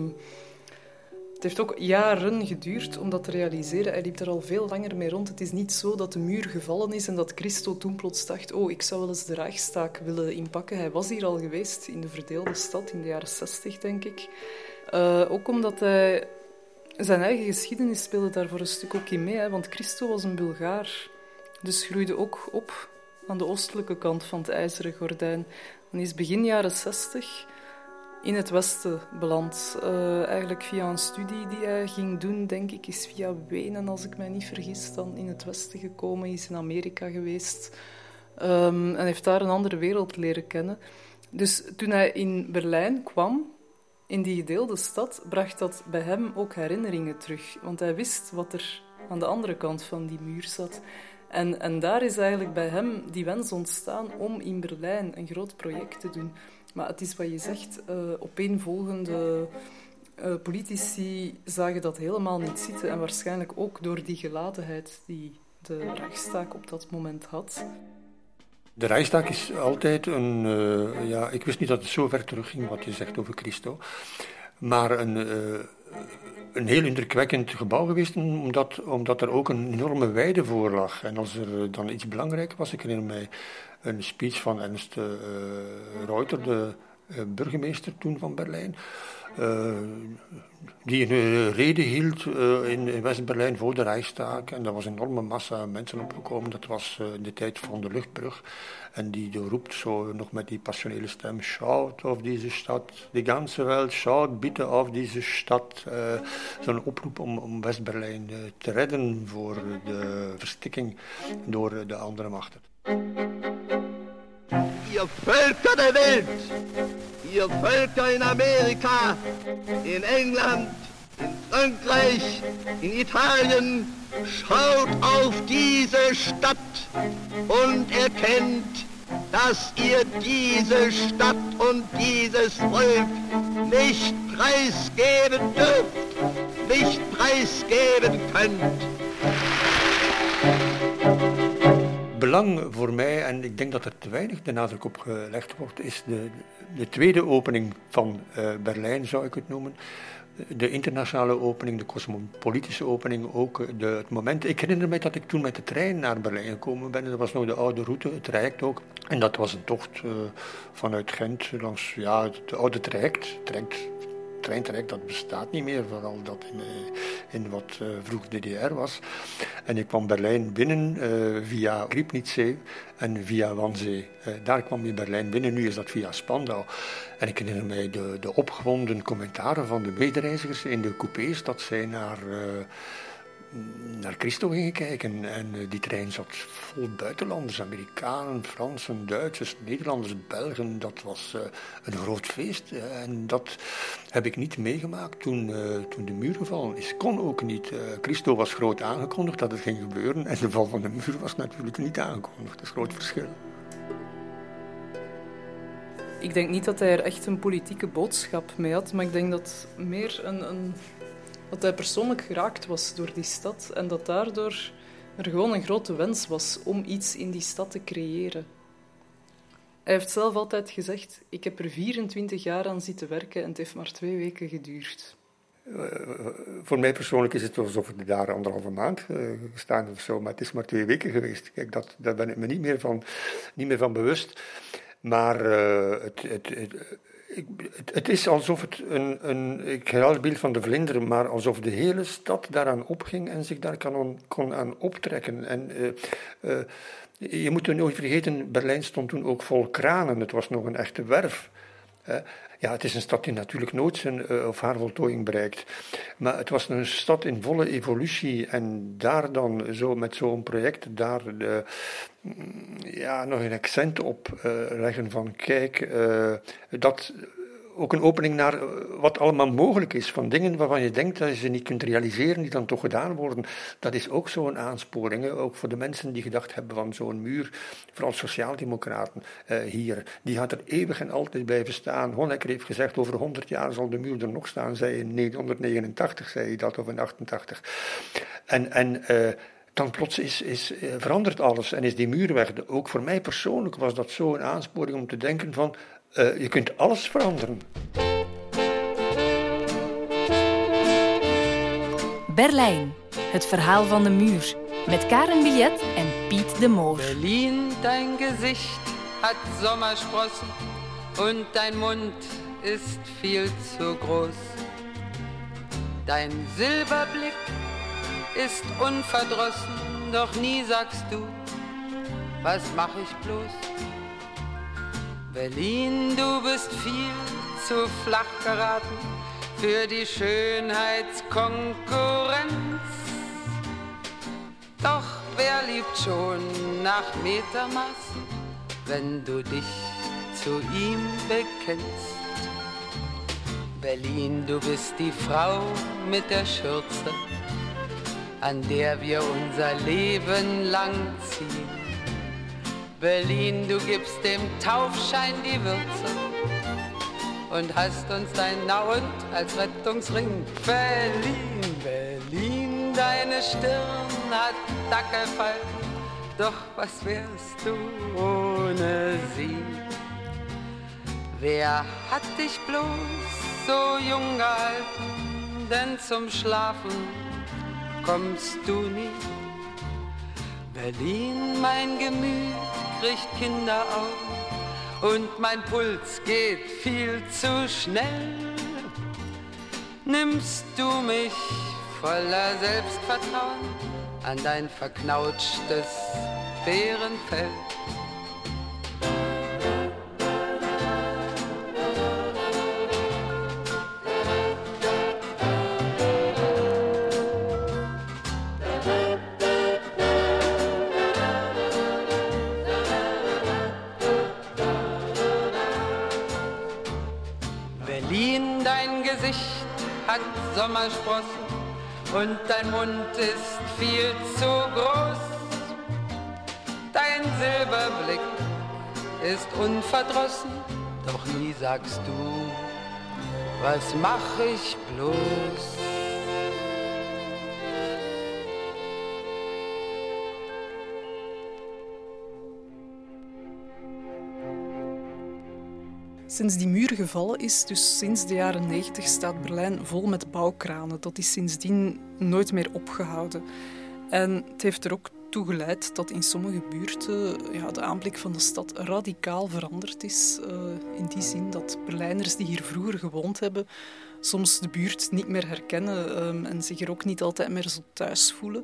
Het heeft ook jaren geduurd om dat te realiseren. Hij liep er al veel langer mee rond. Het is niet zo dat de muur gevallen is en dat Christo toen plots dacht, ik zou wel eens de Reichstag willen inpakken. Hij was hier al geweest in de verdeelde stad in de jaren 60, denk ik. Ook omdat hij zijn eigen geschiedenis speelde daar voor een stuk ook in mee. Hè, want Christo was een Bulgaar. Dus groeide ook op aan de oostelijke kant van het IJzeren Gordijn. En is begin jaren 60 in het Westen beland. Eigenlijk via een studie die hij ging doen, denk ik, is via Wenen, als ik mij niet vergis, dan in het Westen gekomen, is in Amerika geweest. En heeft daar een andere wereld leren kennen. Dus toen hij in Berlijn kwam, in die gedeelde stad, bracht dat bij hem ook herinneringen terug. Want hij wist wat er aan de andere kant van die muur zat. En daar is eigenlijk bij hem die wens ontstaan om in Berlijn een groot project te doen. Maar het is wat je zegt, opeenvolgende politici zagen dat helemaal niet zitten. En waarschijnlijk ook door die gelatenheid die de Reichstag op dat moment had. De Reichstag is altijd ik wist niet dat het zo ver terugging wat je zegt over Christo. Maar een heel indrukwekkend gebouw geweest, omdat er ook een enorme weide voor lag. En als er dan iets belangrijk was, ik herinner mij een speech van Ernst Reuter, de burgemeester toen van Berlijn, die een reden hield in West-Berlijn voor de Reichstag. En daar was een enorme massa mensen opgekomen. Dat was in de tijd van de luchtbrug. En die roept zo nog met die passionele stem: Schaut auf diese Stadt, die ganze Welt, schaut bitte auf diese Stadt. Zo'n oproep om West-Berlijn te redden voor de verstikking door de andere machten. Ihr Völker der Welt, ihr Völker in Amerika, in England, in Frankreich, in Italien, schaut auf diese Stadt und erkennt, dass ihr diese Stadt und dieses Volk nicht preisgeben dürft, nicht preisgeben könnt. Belang voor mij, en ik denk dat er te weinig de nadruk op gelegd wordt, is de tweede opening van Berlijn, zou ik het noemen. De internationale opening, de cosmopolitische opening, ook het moment. Ik herinner mij dat ik toen met de trein naar Berlijn gekomen ben. Dat was nog de oude route, het traject ook. En dat was een tocht vanuit Gent langs het oude treintraject, dat bestaat niet meer, vooral dat in wat vroeg DDR was. En ik kwam Berlijn binnen via Griebnitzsee en via Wannsee. Daar kwam je Berlijn binnen, nu is dat via Spandau. En ik herinner mij de opgewonden commentaren van de medereizigers in de coupés, dat zij naar Christo gingen kijken. En die trein zat vol buitenlanders, Amerikanen, Fransen, Duitsers, Nederlanders, Belgen. Dat was een groot feest. En dat heb ik niet meegemaakt toen de muur gevallen is. Kon ook niet. Christo was groot aangekondigd dat het ging gebeuren. En de val van de muur was natuurlijk niet aangekondigd. Dat is een groot verschil. Ik denk niet dat hij er echt een politieke boodschap mee had, maar ik denk dat meer dat hij persoonlijk geraakt was door die stad en dat daardoor er gewoon een grote wens was om iets in die stad te creëren. Hij heeft zelf altijd gezegd: ik heb er 24 jaar aan zitten werken en het heeft maar 2 weken geduurd. Voor mij persoonlijk is het alsof ik daar 1,5 maand gestaan of zo, maar het is maar 2 weken geweest. Kijk, daar ben ik me niet meer van bewust. Maar het is alsof het ik herhaal het beeld van de vlinder, maar alsof de hele stad daaraan opging en zich daar kon aan optrekken. En je moet er nooit vergeten, Berlijn stond toen ook vol kranen. Het was nog een echte werf. Ja, het is een stad die natuurlijk nooit zijn of haar voltooiing bereikt. Maar het was een stad in volle evolutie. En daar dan met zo'n project, daar nog een accent op leggen van kijk, dat ook een opening naar wat allemaal mogelijk is. Van dingen waarvan je denkt dat je ze niet kunt realiseren, die dan toch gedaan worden. Dat is ook zo'n aansporing. Ook voor de mensen die gedacht hebben van zo'n muur. Vooral sociaaldemocraten hier. Die gaat er eeuwig en altijd blijven staan. Honecker heeft gezegd, over 100 jaar zal de muur er nog staan. Zei in 1989, zei hij dat, of in 88. En dan plots verandert alles en is die muur weg. Ook voor mij persoonlijk was dat zo'n aansporing om te denken van je kunt alles veranderen. Berlijn, het verhaal van de muur. Met Karen Billet en Piet de Moor. Berlin, dein Gesicht hat Sommersprossen und dein Mund ist viel zu groß. Dein Silberblick ist unverdrossen, doch nie sagst du, was mach ich bloß? Berlin, du bist viel zu flach geraten für die Schönheitskonkurrenz. Doch wer liebt schon nach Metermaß, wenn du dich zu ihm bekennst? Berlin, du bist die Frau mit der Schürze, an der wir unser Leben lang ziehen. Berlin, du gibst dem Taufschein die Würze und hast uns dein Na und als Rettungsring verliehen. Berlin, deine Stirn hat Dackelfalten doch was wärst du ohne sie? Wer hat dich bloß so jung gehalten, denn zum Schlafen kommst du nie. Berlin, mein Gemüt kriegt Kinderaugen und mein Puls geht viel zu schnell. Nimmst du mich voller Selbstvertrauen an dein verknautschtes Bärenfell? Berlin, dein Gesicht hat Sommersprossen und dein Mund ist viel zu groß. Dein Silberblick ist unverdrossen, doch nie sagst du, was mach ich bloß? Sinds die muur gevallen is, dus sinds de jaren 90, staat Berlijn vol met bouwkranen. Dat is sindsdien nooit meer opgehouden. En het heeft er ook toe geleid dat in sommige buurten de aanblik van de stad radicaal veranderd is. In die zin dat Berlijners die hier vroeger gewoond hebben soms de buurt niet meer herkennen en zich er ook niet altijd meer zo thuis voelen.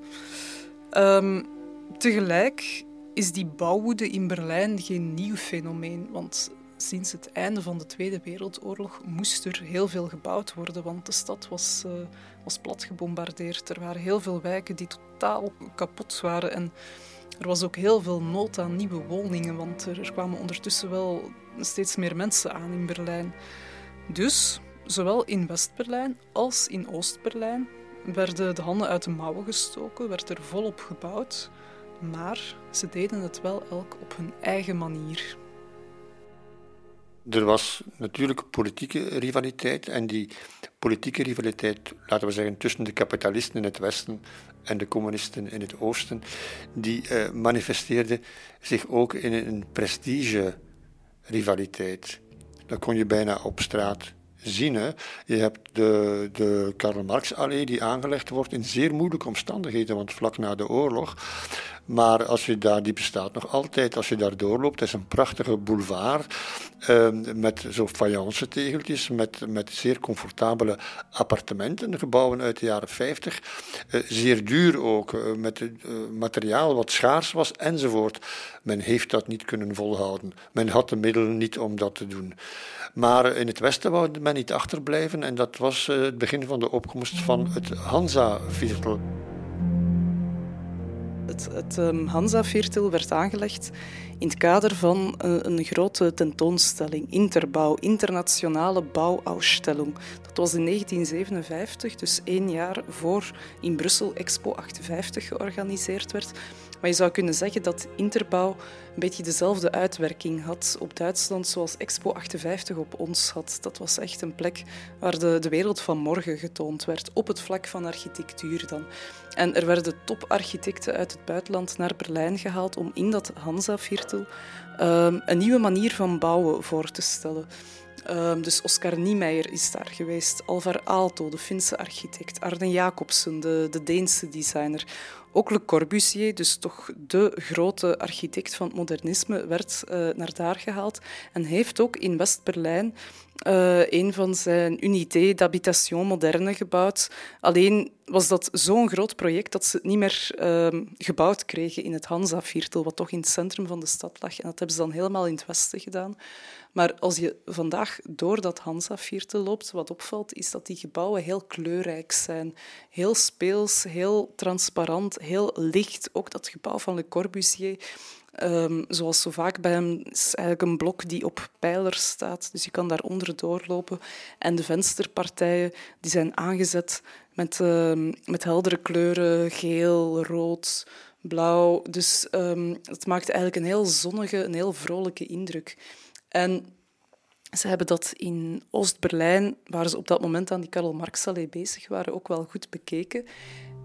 Tegelijk is die bouwwoede in Berlijn geen nieuw fenomeen, want sinds het einde van de Tweede Wereldoorlog moest er heel veel gebouwd worden, want de stad was plat gebombardeerd. Er waren heel veel wijken die totaal kapot waren en er was ook heel veel nood aan nieuwe woningen, want er kwamen ondertussen wel steeds meer mensen aan in Berlijn. Dus, zowel in West-Berlijn als in Oost-Berlijn werden de handen uit de mouwen gestoken, werd er volop gebouwd, maar ze deden het wel elk op hun eigen manier. Er was natuurlijk politieke rivaliteit en die politieke rivaliteit, laten we zeggen, tussen de kapitalisten in het westen en de communisten in het oosten, die manifesteerde zich ook in een prestige-rivaliteit. Dat kon je bijna op straat zien. Hè. Je hebt de Karl Marx-allee die aangelegd wordt in zeer moeilijke omstandigheden, want vlak na de oorlog. Maar die bestaat nog altijd. Als je daar doorloopt, het is een prachtige boulevard met zo fayence tegeltjes, met zeer comfortabele appartementen, gebouwen uit de jaren 50. Zeer duur ook, met materiaal wat schaars was, enzovoort. Men heeft dat niet kunnen volhouden. Men had de middelen niet om dat te doen. Maar in het Westen wou men niet achterblijven en dat was het begin van de opkomst van het Hansa-viertel. Het Hansa-viertel werd aangelegd in het kader van een grote tentoonstelling, Interbau, Internationale Bauausstellung. Dat was in 1957, dus 1 jaar voor in Brussel Expo 58 georganiseerd werd. Maar je zou kunnen zeggen dat Interbau een beetje dezelfde uitwerking had op Duitsland zoals Expo 58 op ons had. Dat was echt een plek waar de wereld van morgen getoond werd, op het vlak van architectuur dan. En er werden toparchitecten uit het buitenland naar Berlijn gehaald om in dat Hansa-viertel een nieuwe manier van bouwen voor te stellen. Dus Oscar Niemeyer is daar geweest, Alvar Aalto, de Finse architect, Arne Jacobsen, de Deense designer. Ook Le Corbusier, dus toch de grote architect van het modernisme, werd naar daar gehaald en heeft ook in West-Berlijn een van zijn Unité d'habitation moderne gebouwd. Alleen was dat zo'n groot project dat ze het niet meer gebouwd kregen in het Hansa-viertel, wat toch in het centrum van de stad lag. En dat hebben ze dan helemaal in het westen gedaan. Maar als je vandaag door dat Hansa-viertel loopt, wat opvalt, is dat die gebouwen heel kleurrijk zijn. Heel speels, heel transparant, heel licht. Ook dat gebouw van Le Corbusier, zoals zo vaak bij hem, is eigenlijk een blok die op pijlers staat. Dus je kan daar onderdoor lopen. En de vensterpartijen die zijn aangezet met heldere kleuren, geel, rood, blauw. Dus het maakt eigenlijk een heel zonnige, een heel vrolijke indruk. En ze hebben dat in Oost-Berlijn, waar ze op dat moment aan die Karl Marx-allee bezig waren, ook wel goed bekeken.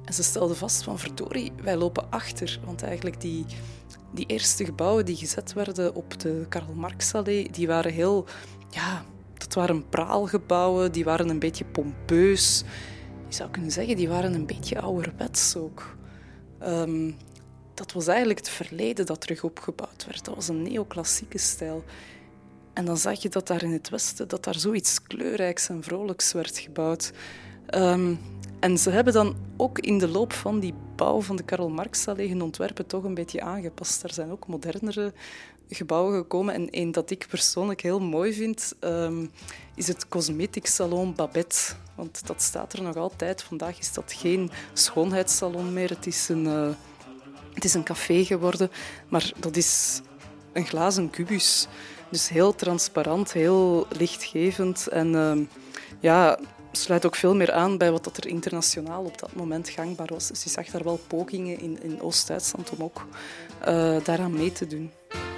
En ze stelden vast van verdorie, wij lopen achter. Want eigenlijk die eerste gebouwen die gezet werden op de Karl Marx-allee, die waren heel... Ja, dat waren praalgebouwen, die waren een beetje pompeus. Je zou kunnen zeggen, die waren een beetje ouderwets ook. Dat was eigenlijk het verleden dat terug opgebouwd werd. Dat was een neoclassieke stijl. En dan zag je dat daar in het westen dat daar zoiets kleurrijks en vrolijks werd gebouwd. En ze hebben dan ook in de loop van die bouw van de Karl Marx-allee hun ontwerpen toch een beetje aangepast. Er zijn ook modernere gebouwen gekomen. En één dat ik persoonlijk heel mooi vind, is het Cosmetic Salon Babette. Want dat staat er nog altijd. Vandaag is dat geen schoonheidssalon meer. Het is een café geworden. Maar dat is een glazen kubus. Dus heel transparant, heel lichtgevend. En sluit ook veel meer aan bij wat er internationaal op dat moment gangbaar was. Dus je zag daar wel pogingen in Oost-Duitsland om ook daaraan mee te doen.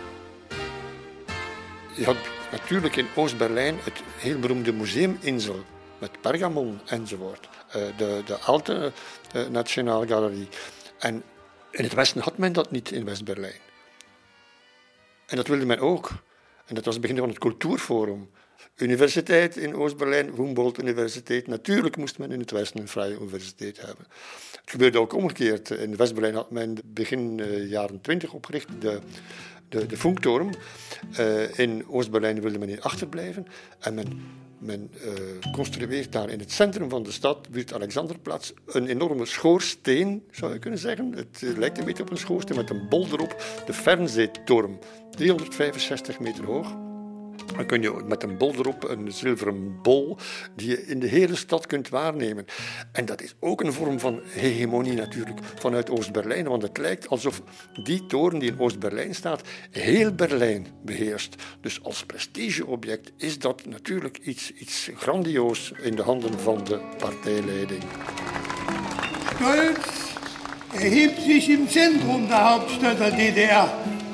Je had natuurlijk in Oost-Berlijn het heel beroemde museum Insel met Pergamon enzovoort. De Alte Nationalgalerie. En in het Westen had men dat niet in West-Berlijn. En dat wilde men ook. En dat was het begin van het Cultuurforum. Universiteit in Oost-Berlijn, Humboldt-universiteit. Natuurlijk moest men in het Westen een vrije universiteit hebben. Het gebeurde ook omgekeerd. In West-Berlijn had men begin jaren 20 opgericht de Funkturm. In Oost-Berlijn wilde men in achterblijven. En men construeert daar in het centrum van de stad, buurt Alexanderplatz, een enorme schoorsteen, zou je kunnen zeggen. Het lijkt een beetje op een schoorsteen met een bol erop. De Fernsehturm, 365 meter hoog. Dan kun je met een bol erop, een zilveren bol, die je in de hele stad kunt waarnemen. En dat is ook een vorm van hegemonie natuurlijk vanuit Oost-Berlijn, want het lijkt alsof die toren die in Oost-Berlijn staat, heel Berlijn beheerst. Dus als prestigeobject is dat natuurlijk iets grandioos in de handen van de partijleiding. Stolz erhebt sich im Zentrum der Hauptstadt der DDR.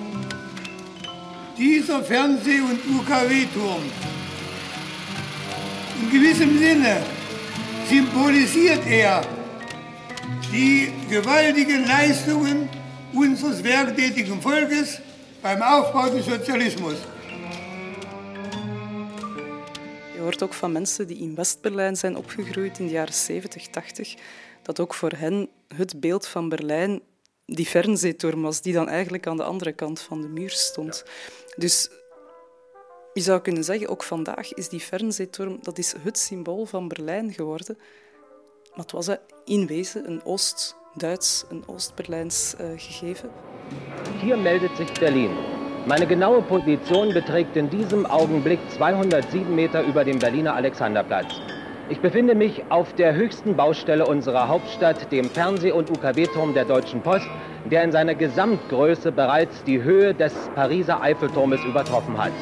Dieser Fernseh- und UKW-Turm. In gewissem Sinne symbolisiert er die gewaltigen Leistungen unseres werktätigen Volkes beim Aufbau des Sozialismus. Je hoort ook van mensen die in West-Berlijn zijn opgegroeid in de jaren 70, 80, dat ook voor hen het beeld van Berlijn die Fernsehturm was, die dan eigenlijk aan de andere kant van de muur stond. Ja. Dus je zou kunnen zeggen, ook vandaag is die Fernsehturm, dat is het symbool van Berlijn geworden. Maar het was in wezen een Oost-Duits, een Oost-Berlijns gegeven. Hier meldet sich Berlin. Meine genaue Position beträgt in diesem Augenblick 207 Meter über dem Berliner Alexanderplatz. Ich befinde mich auf der höchsten Baustelle unserer Hauptstadt, dem Fernseh- und UKW-Turm der Deutschen Post, der in seiner Gesamtgröße bereits die Höhe des Pariser Eiffelturmes übertroffen hat.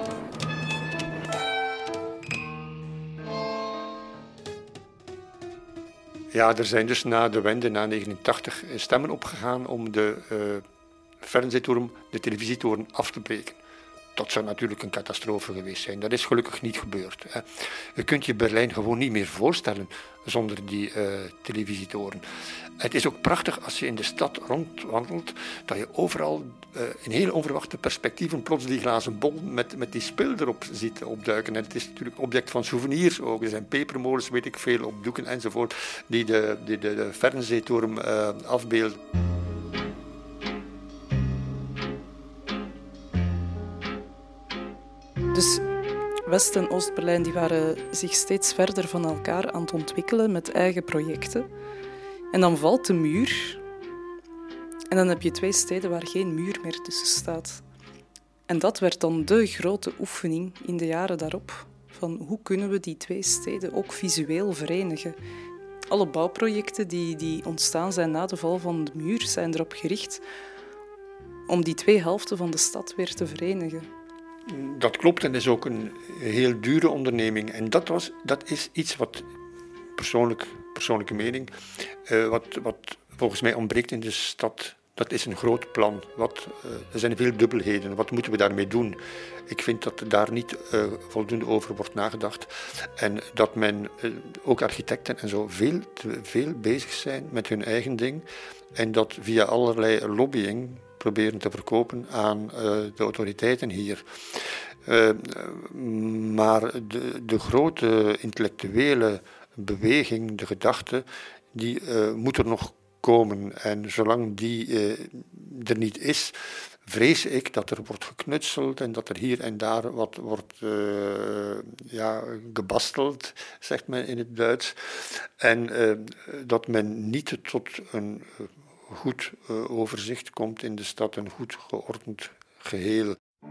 Ja, er zijn dus na de wende, na 1989, stemmen opgegaan om de Fernsehturm, de televisietoren, af te breken. Dat zou natuurlijk een catastrofe geweest zijn. Dat is gelukkig niet gebeurd. Hè. Je kunt je Berlijn gewoon niet meer voorstellen zonder die televisietoren. Het is ook prachtig als je in de stad rondwandelt, dat je overal in heel onverwachte perspectieven plots die glazen bol met die spil erop ziet opduiken. En het is natuurlijk object van souvenirs ook. Er zijn pepermolens, weet ik veel, op doeken enzovoort, die de Fernsehturm afbeelden. Dus West- en Oost-Berlijn die waren zich steeds verder van elkaar aan het ontwikkelen met eigen projecten. En dan valt de muur. En dan heb je twee steden waar geen muur meer tussen staat. En dat werd dan de grote oefening in de jaren daarop. Van hoe kunnen we die twee steden ook visueel verenigen? Alle bouwprojecten die ontstaan zijn na de val van de muur zijn erop gericht om die twee helften van de stad weer te verenigen. Dat klopt en dat is ook een heel dure onderneming. En dat is iets wat, persoonlijke mening, wat volgens mij ontbreekt in de stad Dat is een groot plan. Er zijn veel dubbelheden. Wat moeten we daarmee doen? Ik vind dat daar niet voldoende over wordt nagedacht. En dat men, ook architecten en zo, veel bezig zijn met hun eigen ding. En dat via allerlei lobbying proberen te verkopen aan de autoriteiten hier. Maar de grote intellectuele beweging, de gedachte, die moet er nog komen. En zolang die er niet is, vrees ik dat er wordt geknutseld en dat er hier en daar wat wordt gebasteld, zegt men in het Duits. En dat men niet tot een goed overzicht komt in de stad, een goed geordend geheel.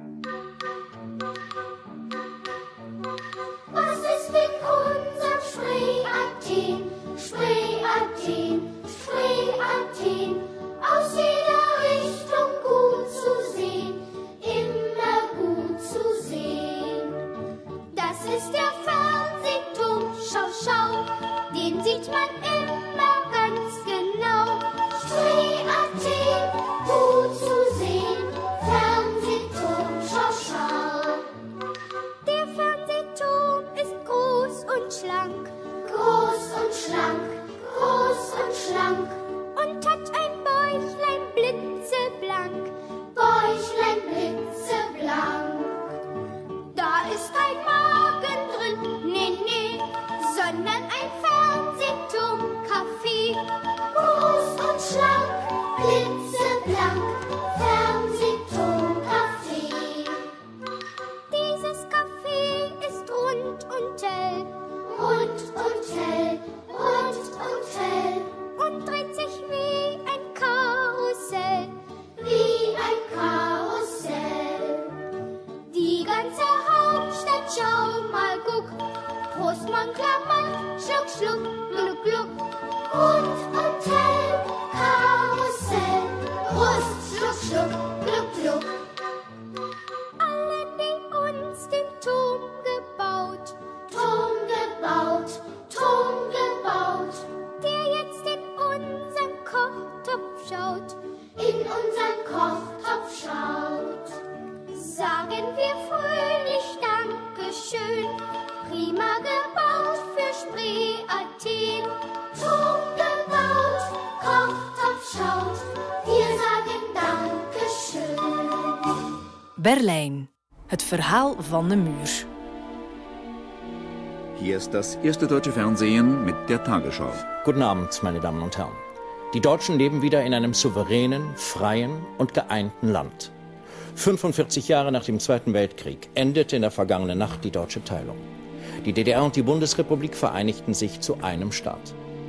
Was ist in unserem Spree-Athen, Spree-Athen, Spree-Athen, aus jeder Richtung gut zu sehen, immer gut zu sehen. Das ist der Fernsehturm, schau, schau, den sieht man immer ganz genau. Spree-Athen, gut zu sehen, Fernsehturm, schau, schau. Der Fernsehturm ist groß und schlank, groß und schlank, groß und schlank und hat ein Bäuchlein blitzeblank, Bäuchlein blitzeblank. Da ist kein Magen drin, nee, nee, sondern ein Fernsehturm-Café. Groß und schlank, blitzeblank, Fernsehturm-Café. Dieses Café ist rund und hell, rund und hell, rund und hell und dreht sich wie ein Karussell, wie ein Karussell. Die ganze Hauptstadt, schau mal, guck, Prost, man klammert, schluck, schluck, gluck, gluck, rund und hell, Karussell, Prost, schluck, schluck, gluck, gluck. Alle, die uns den Turm gebaut, Turm gebaut, Turm gebaut, der jetzt in unseren Kochtopf schaut, in unseren Kochtopf schaut, sagen wir fröhlich Dankeschön, prima gebaut für Spree-Athen, Turm gebaut, Kochtopf schaut, wir sagen Dankeschön. Berlijn. Het verhaal van de muur. Hier ist das erste deutsche Fernsehen mit der Tagesschau. Guten Abend, meine Damen und Herren. Die Deutschen leben wieder in einem souveränen, freien und geeinten Land. 45 Jahre nach dem Zweiten Weltkrieg endete in der vergangenen Nacht die deutsche Teilung. Die DDR und die Bundesrepublik vereinigten sich zu einem Staat.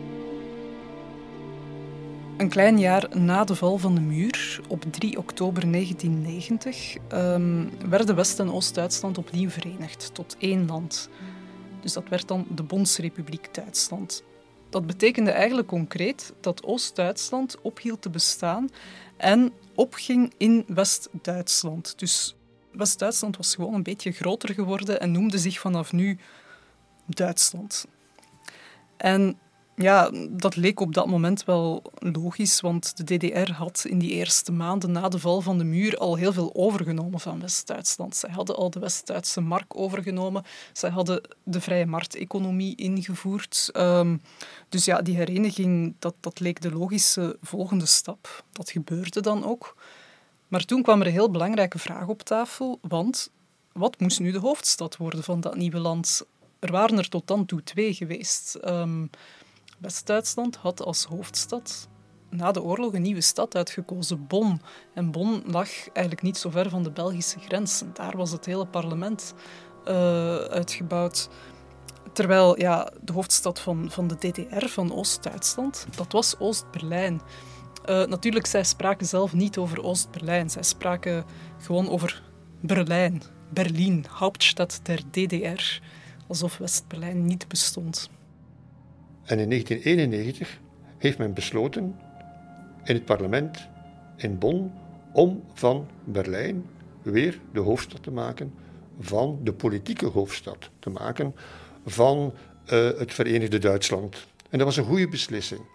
Een klein jaar na de val van de muur, op 3 oktober 1990, werden West- en Oost-Duitsland opnieuw verenigd tot één land. Dus dat werd dan de Bondsrepubliek Duitsland. Dat betekende eigenlijk concreet dat Oost-Duitsland ophield te bestaan en opging in West-Duitsland. Dus West-Duitsland was gewoon een beetje groter geworden en noemde zich vanaf nu Duitsland. En ja, dat leek op dat moment wel logisch, want de DDR had in die eerste maanden na de val van de muur al heel veel overgenomen van West-Duitsland. Zij hadden al de West-Duitse mark overgenomen. Zij hadden de vrije markteconomie ingevoerd. Dus ja, die hereniging, dat leek de logische volgende stap. Dat gebeurde dan ook. Maar toen kwam er een heel belangrijke vraag op tafel, want wat moest nu de hoofdstad worden van dat nieuwe land? Er waren er tot dan toe 2 geweest. West-Duitsland had als hoofdstad na de oorlog een nieuwe stad uitgekozen, Bonn. En Bonn lag eigenlijk niet zo ver van de Belgische grens. En daar was het hele parlement uitgebouwd. Terwijl ja, de hoofdstad van de DDR, van Oost-Duitsland, dat was Oost-Berlijn. Natuurlijk, zij spraken zelf niet over Oost-Berlijn. Zij spraken gewoon over Berlijn, Berlin, Hauptstadt der DDR. Alsof West-Berlijn niet bestond. En in 1991 heeft men besloten in het parlement in Bonn om van Berlijn weer de hoofdstad te maken, van de politieke hoofdstad te maken van het Verenigde Duitsland. En dat was een goede beslissing,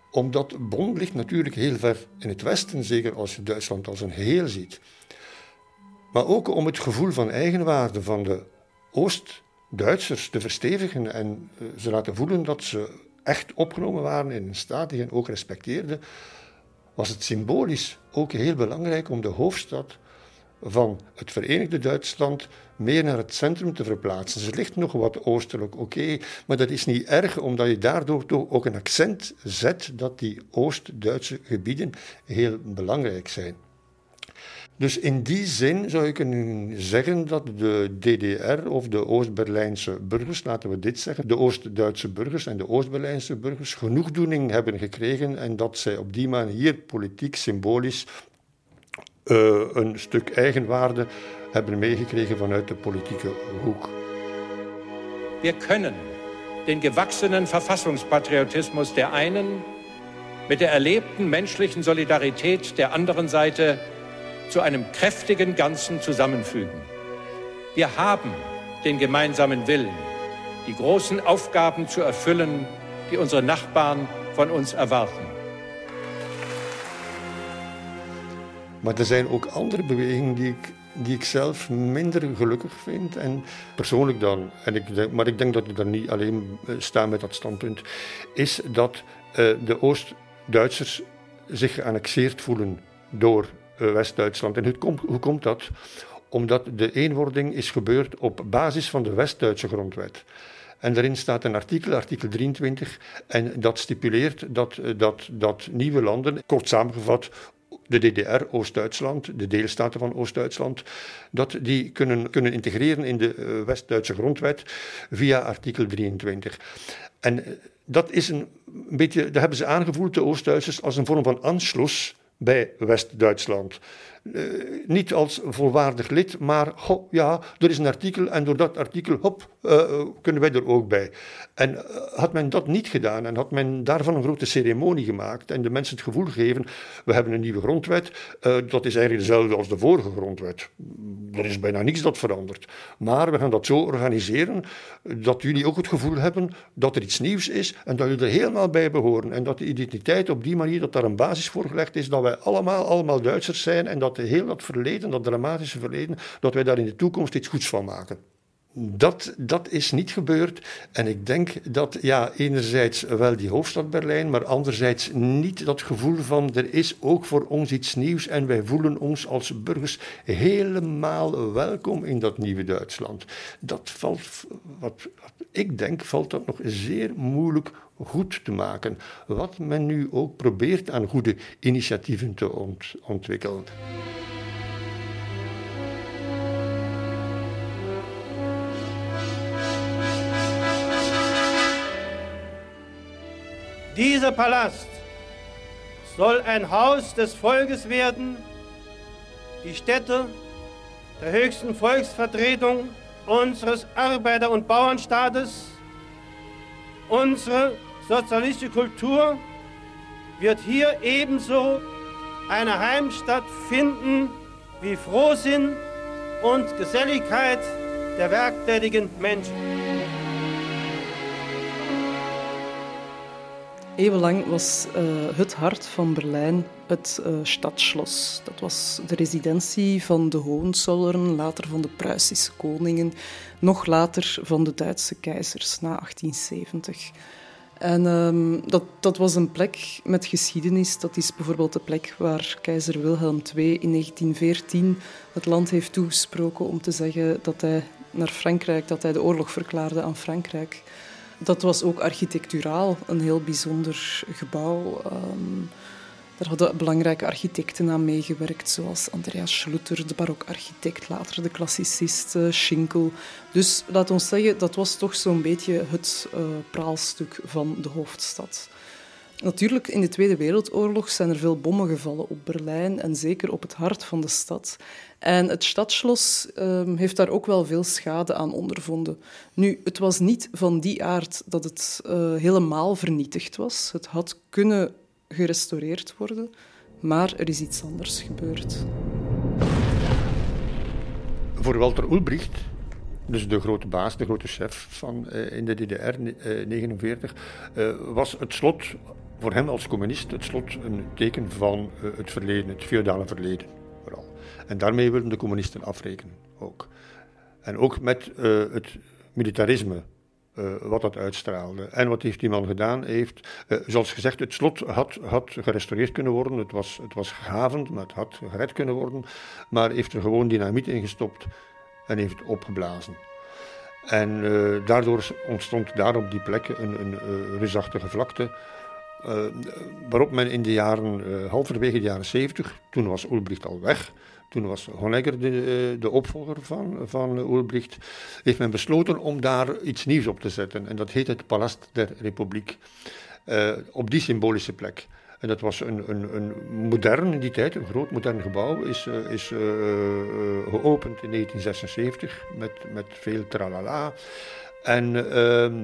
Omdat Bonn ligt natuurlijk heel ver in het westen, zeker als je Duitsland als een geheel ziet. Maar ook om het gevoel van eigenwaarde van de Oost-Duitsers te verstevigen en ze laten voelen dat ze echt opgenomen waren in een staat die hen ook respecteerde, was het symbolisch ook heel belangrijk om de hoofdstad van het Verenigde Duitsland meer naar het centrum te verplaatsen. Ze ligt nog wat oostelijk, oké, maar dat is niet erg, omdat je daardoor toch ook een accent zet dat die Oost-Duitse gebieden heel belangrijk zijn. Dus in die zin zou je kunnen zeggen dat de DDR of de Oost-Berlijnse burgers, laten we dit zeggen, de Oost-Duitse burgers en de Oost-Berlijnse burgers genoegdoening hebben gekregen en dat zij op die manier politiek, symbolisch een stuk eigenwaarde hebben meegekregen vanuit de politieke hoek. Wir können den gewachsenen Verfassungspatriotismus der einen mit der erlebten menschlichen Solidarität der anderen Seite zu einem kräftigen Ganzen zusammenfügen. Wir haben den gemeinsamen Willen, die großen Aufgaben zu erfüllen, die unsere Nachbarn von uns erwarten. Maar er zijn ook andere bewegingen die ik zelf minder gelukkig vind. En persoonlijk dan, maar ik denk dat ik daar niet alleen sta met dat standpunt, is dat de Oost-Duitsers zich geannexeerd voelen door West-Duitsland. En hoe komt dat? Omdat de eenwording is gebeurd op basis van de West-Duitse grondwet. En daarin staat een artikel 23, en dat stipuleert dat nieuwe landen, kort samengevat, de DDR, Oost-Duitsland, de deelstaten van Oost-Duitsland, dat die kunnen integreren in de West-Duitse grondwet via artikel 23. En dat is een beetje, dat hebben ze aangevoeld, de Oost-Duitsers, als een vorm van Anschluss bij West-Duitsland. Niet als volwaardig lid, maar ja, er is een artikel en door dat artikel, kunnen wij er ook bij. En had men dat niet gedaan en had men daarvan een grote ceremonie gemaakt en de mensen het gevoel gegeven, we hebben een nieuwe grondwet, dat is eigenlijk dezelfde als de vorige grondwet. Er is bijna niets dat verandert. Maar we gaan dat zo organiseren dat jullie ook het gevoel hebben dat er iets nieuws is en dat jullie er helemaal bij behoren. En dat de identiteit op die manier, dat daar een basis voor gelegd is, dat wij allemaal Duitsers zijn en dat heel dat verleden, dat dramatische verleden, dat wij daar in de toekomst iets goeds van maken. Dat is niet gebeurd en ik denk dat enerzijds wel die hoofdstad Berlijn, maar anderzijds niet dat gevoel van er is ook voor ons iets nieuws en wij voelen ons als burgers helemaal welkom in dat nieuwe Duitsland. Dat valt, wat ik denk, valt dat nog zeer moeilijk goed te maken. Wat men nu ook probeert aan goede initiatieven te ontwikkelen. Dieser Palast soll ein Haus des Volkes werden, die Stätte der höchsten Volksvertretung unseres Arbeiter- und Bauernstaates. Unsere sozialistische Kultur wird hier ebenso eine Heimstatt finden wie Frohsinn und Geselligkeit der werktätigen Menschen. Eeuwenlang was het hart van Berlijn het Stadtschloss. Dat was de residentie van de Hohenzollern, later van de Pruisische koningen, nog later van de Duitse keizers na 1870. En dat was een plek met geschiedenis. Dat is bijvoorbeeld de plek waar keizer Wilhelm II in 1914 het land heeft toegesproken om te zeggen dat hij naar Frankrijk, dat hij de oorlog verklaarde aan Frankrijk. Dat was ook architecturaal een heel bijzonder gebouw. Daar hadden belangrijke architecten aan meegewerkt, zoals Andreas Schluter, de barokarchitect, later de klassicist Schinkel. Dus laat ons zeggen, dat was toch zo'n beetje het praalstuk van de hoofdstad. Natuurlijk, in de Tweede Wereldoorlog zijn er veel bommen gevallen op Berlijn en zeker op het hart van de stad. En het Stadtschloss heeft daar ook wel veel schade aan ondervonden. Nu, het was niet van die aard dat het helemaal vernietigd was. Het had kunnen gerestaureerd worden, maar er is iets anders gebeurd. Voor Walter Ulbricht, dus de grote baas, de grote chef in de DDR 1949, was het slot voor hem als communist het slot een teken van het verleden, het feodale verleden vooral. En daarmee wilden de communisten afrekenen ook. En ook met het militarisme, wat dat uitstraalde. En wat heeft die man gedaan? Zoals gezegd, het slot had gerestaureerd kunnen worden. Het was gehavend, maar het had gered kunnen worden. Maar heeft er gewoon dynamiet in gestopt en heeft het opgeblazen. En daardoor ontstond daar op die plek een reusachtige vlakte. Waarop men in de jaren, halverwege de jaren 70, toen was Ulbricht al weg, toen was Honegger de opvolger van Ulbricht, heeft men besloten om daar iets nieuws op te zetten. En dat heet het Palast der Republiek. Op die symbolische plek. En dat was een modern, in die tijd, een groot modern gebouw, is geopend in 1976 met veel tralala. En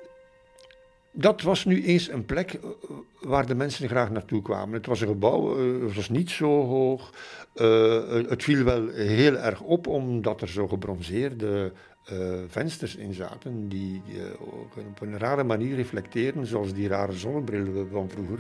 dat was nu eens een plek waar de mensen graag naartoe kwamen. Het was een gebouw, het was niet zo hoog. Het viel wel heel erg op, omdat er zo gebronzeerde vensters in zaten, die ook op een rare manier reflecteren, zoals die rare zonnebril van vroeger.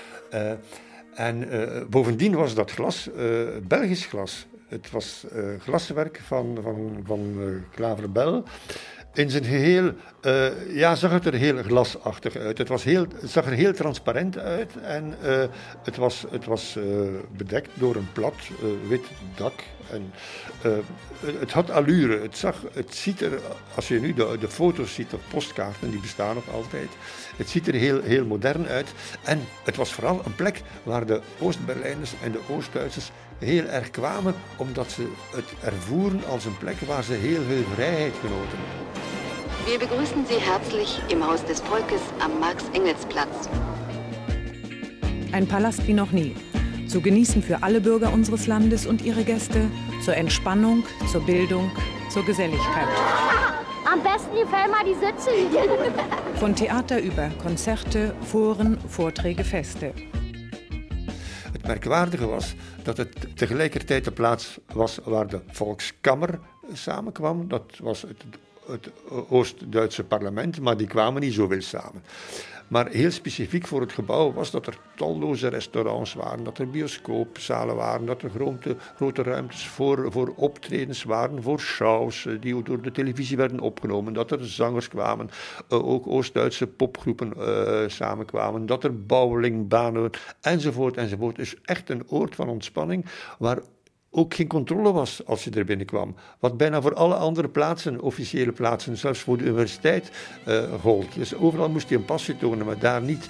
En bovendien was dat glas Belgisch glas. Het was glaswerk van Klaver-Bell. In zijn geheel zag het er heel glasachtig uit. Het zag er heel transparant uit en het was bedekt door een plat wit dak. En, het had allure. Het ziet er, als je nu de foto's ziet of postkaarten, die bestaan nog altijd, het ziet er heel modern uit. En het was vooral een plek waar de Oost-Berlijners en de Oost-Duitsers heel erg kwamen, omdat ze het ervoeren als een plek waar ze heel veel vrijheid genoten. Wir begrüßen Sie herzlich im Haus des Volkes am Marx-Engels-Platz. Ein Palast wie noch nie. Zu genießen für alle Bürger unseres Landes und ihre Gäste, zur Entspannung, zur Bildung, zur Geselligkeit. Am besten gefällt mir die Sitze. Von Theater über Konzerte, Foren, Vorträge, Feste. Het merkwaardige was dat het tegelijkertijd de plaats was waar de Volkskammer samenkwam. Dat was het Oost-Duitse parlement, maar die kwamen niet zoveel samen. Maar heel specifiek voor het gebouw was dat er talloze restaurants waren, dat er bioscoopzalen waren, dat er grote ruimtes voor optredens waren, voor shows die door de televisie werden opgenomen, dat er zangers kwamen, ook Oost-Duitse popgroepen samenkwamen, dat er bowlingbanen enzovoort enzovoort. Dus echt een oord van ontspanning waar ook geen controle was als je er binnenkwam. Wat bijna voor alle andere plaatsen, officiële plaatsen, zelfs voor de universiteit, gold. Dus overal moest je een pasje tonen, maar daar niet.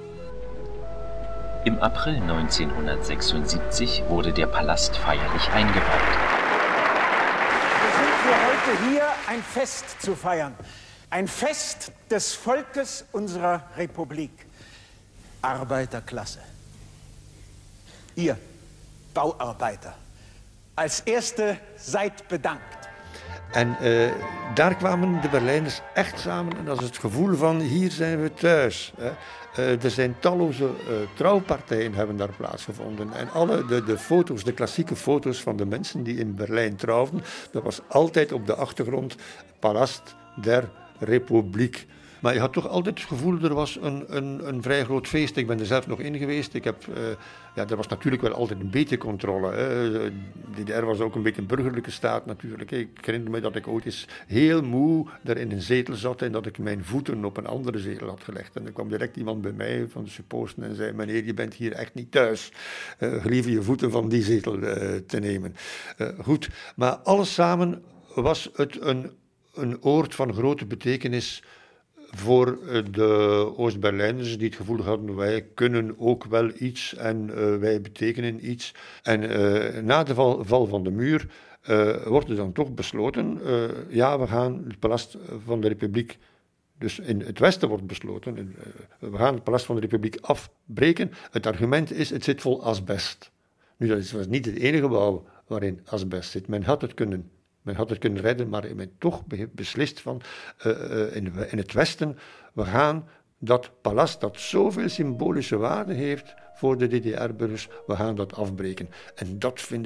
Im April 1976 wurde der Palast feierlich eingeweiht. Wir sind hier heute hier, ein Fest zu feiern. Ein Fest des Volkes unserer Republik. Arbeiterklasse. Ihr, Bauarbeiter. Als eerste zijt bedankt. En daar kwamen de Berlijners echt samen. En dat is het gevoel van, hier zijn we thuis. Er zijn talloze trouwpartijen hebben daar plaatsgevonden. En alle de foto's, de klassieke foto's van de mensen die in Berlijn trouwden, dat was altijd op de achtergrond Palast der Republiek. Maar je had toch altijd het gevoel, er was een vrij groot feest. Ik ben er zelf nog in geweest. Er was natuurlijk wel altijd een beetje controle. De DDR was ook een beetje een burgerlijke staat natuurlijk. Ik herinner me dat ik ooit eens heel moe daar in een zetel zat en dat ik mijn voeten op een andere zetel had gelegd. En er kwam direct iemand bij mij van de supposten en zei, meneer, je bent hier echt niet thuis. Gelieve je voeten van die zetel te nemen. Goed, maar alles samen was het een oord van grote betekenis voor de Oost-Berlijners die het gevoel hadden, wij kunnen ook wel iets en wij betekenen iets. En na de val van de muur wordt er dan toch besloten, we gaan het Palast van de Republiek, dus in het Westen wordt besloten, we gaan het Palast van de Republiek afbreken. Het argument is, het zit vol asbest. Nu, dat was niet het enige gebouw waarin asbest zit. Men had het kunnen redden, maar men toch beslist van in het Westen, we gaan dat palast dat zoveel symbolische waarde heeft voor de DDR-burgers, we gaan dat afbreken. En dat vind ik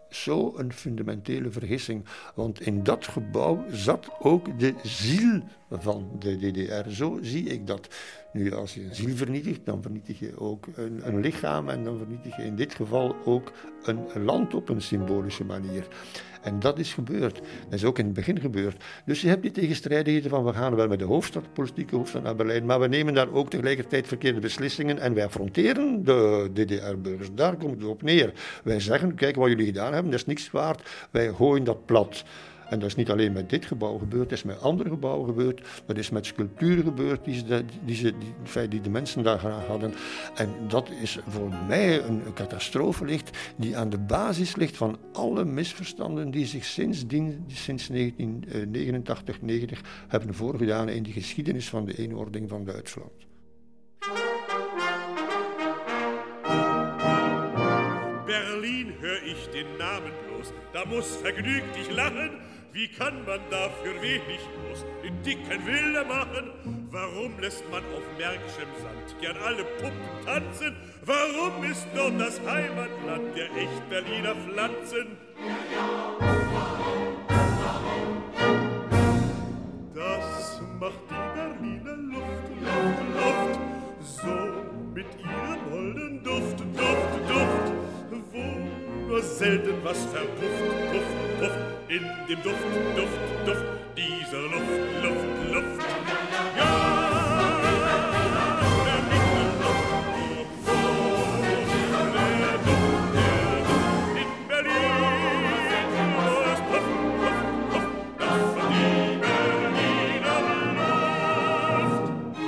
zo'n fundamentele vergissing. Want in dat gebouw zat ook de ziel van de DDR. Zo zie ik dat. Nu, als je een ziel vernietigt, dan vernietig je ook een lichaam en dan vernietig je in dit geval ook een land op een symbolische manier. En dat is gebeurd. Dat is ook in het begin gebeurd. Dus je hebt die tegenstrijdigheden van we gaan wel met de hoofdstad, politieke hoofdstad naar Berlijn, maar we nemen daar ook tegelijkertijd verkeerde beslissingen en wij affronteren de DDR-burgers. Daar komt het op neer. Wij zeggen, kijk wat jullie gedaan hebben, dat is niks waard, wij gooien dat plat. En dat is niet alleen met dit gebouw gebeurd, dat is met andere gebouwen gebeurd. Dat is met sculpturen gebeurd die de mensen daar graag hadden. En dat is voor mij een catastrofe ligt die aan de basis ligt van alle misverstanden die zich sinds 1989, 90 hebben voorgedaan in de geschiedenis van de eenwording van Duitsland. Berlin hör ich den Namen bloß, da muss vergnügt ich lachen. Wie kann man dafür wenig los den dicken Wilder machen? Warum lässt man auf märkischem Sand gern alle Puppen tanzen? Warum ist dort das Heimatland der echt Berliner Pflanzen? Das macht die Berliner Luft, Luft, Luft, so mit ihrem holden Duft, Duft, Duft, wo nur selten was verpufft, Puff, Puff, in dem Duft, Duft, Duft, dieser Luft, Luft, Luft. Ja, Berliner Luft, so der Duft in Berlin, wo es Puff, Puff, Puff, das war die Berliner Luft.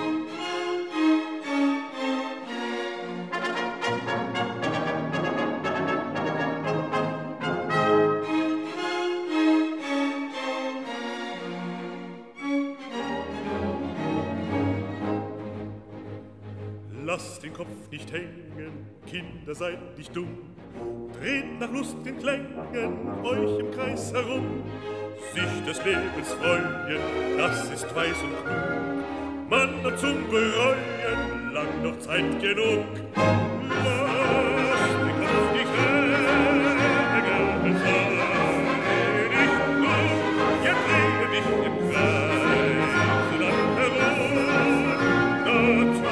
Lasst den Kopf nicht hängen, Kinder, seid nicht dumm. Dreht nach lustigen Klängen euch im Kreis herum. Sich des Lebens freuen, das ist weiß und klug. Man hat zum Bereuen lang noch Zeit genug. Lasst den Kopf nicht hängen, sei nicht dumm. Ja, drehe dich im Kreis dann herum. Dazu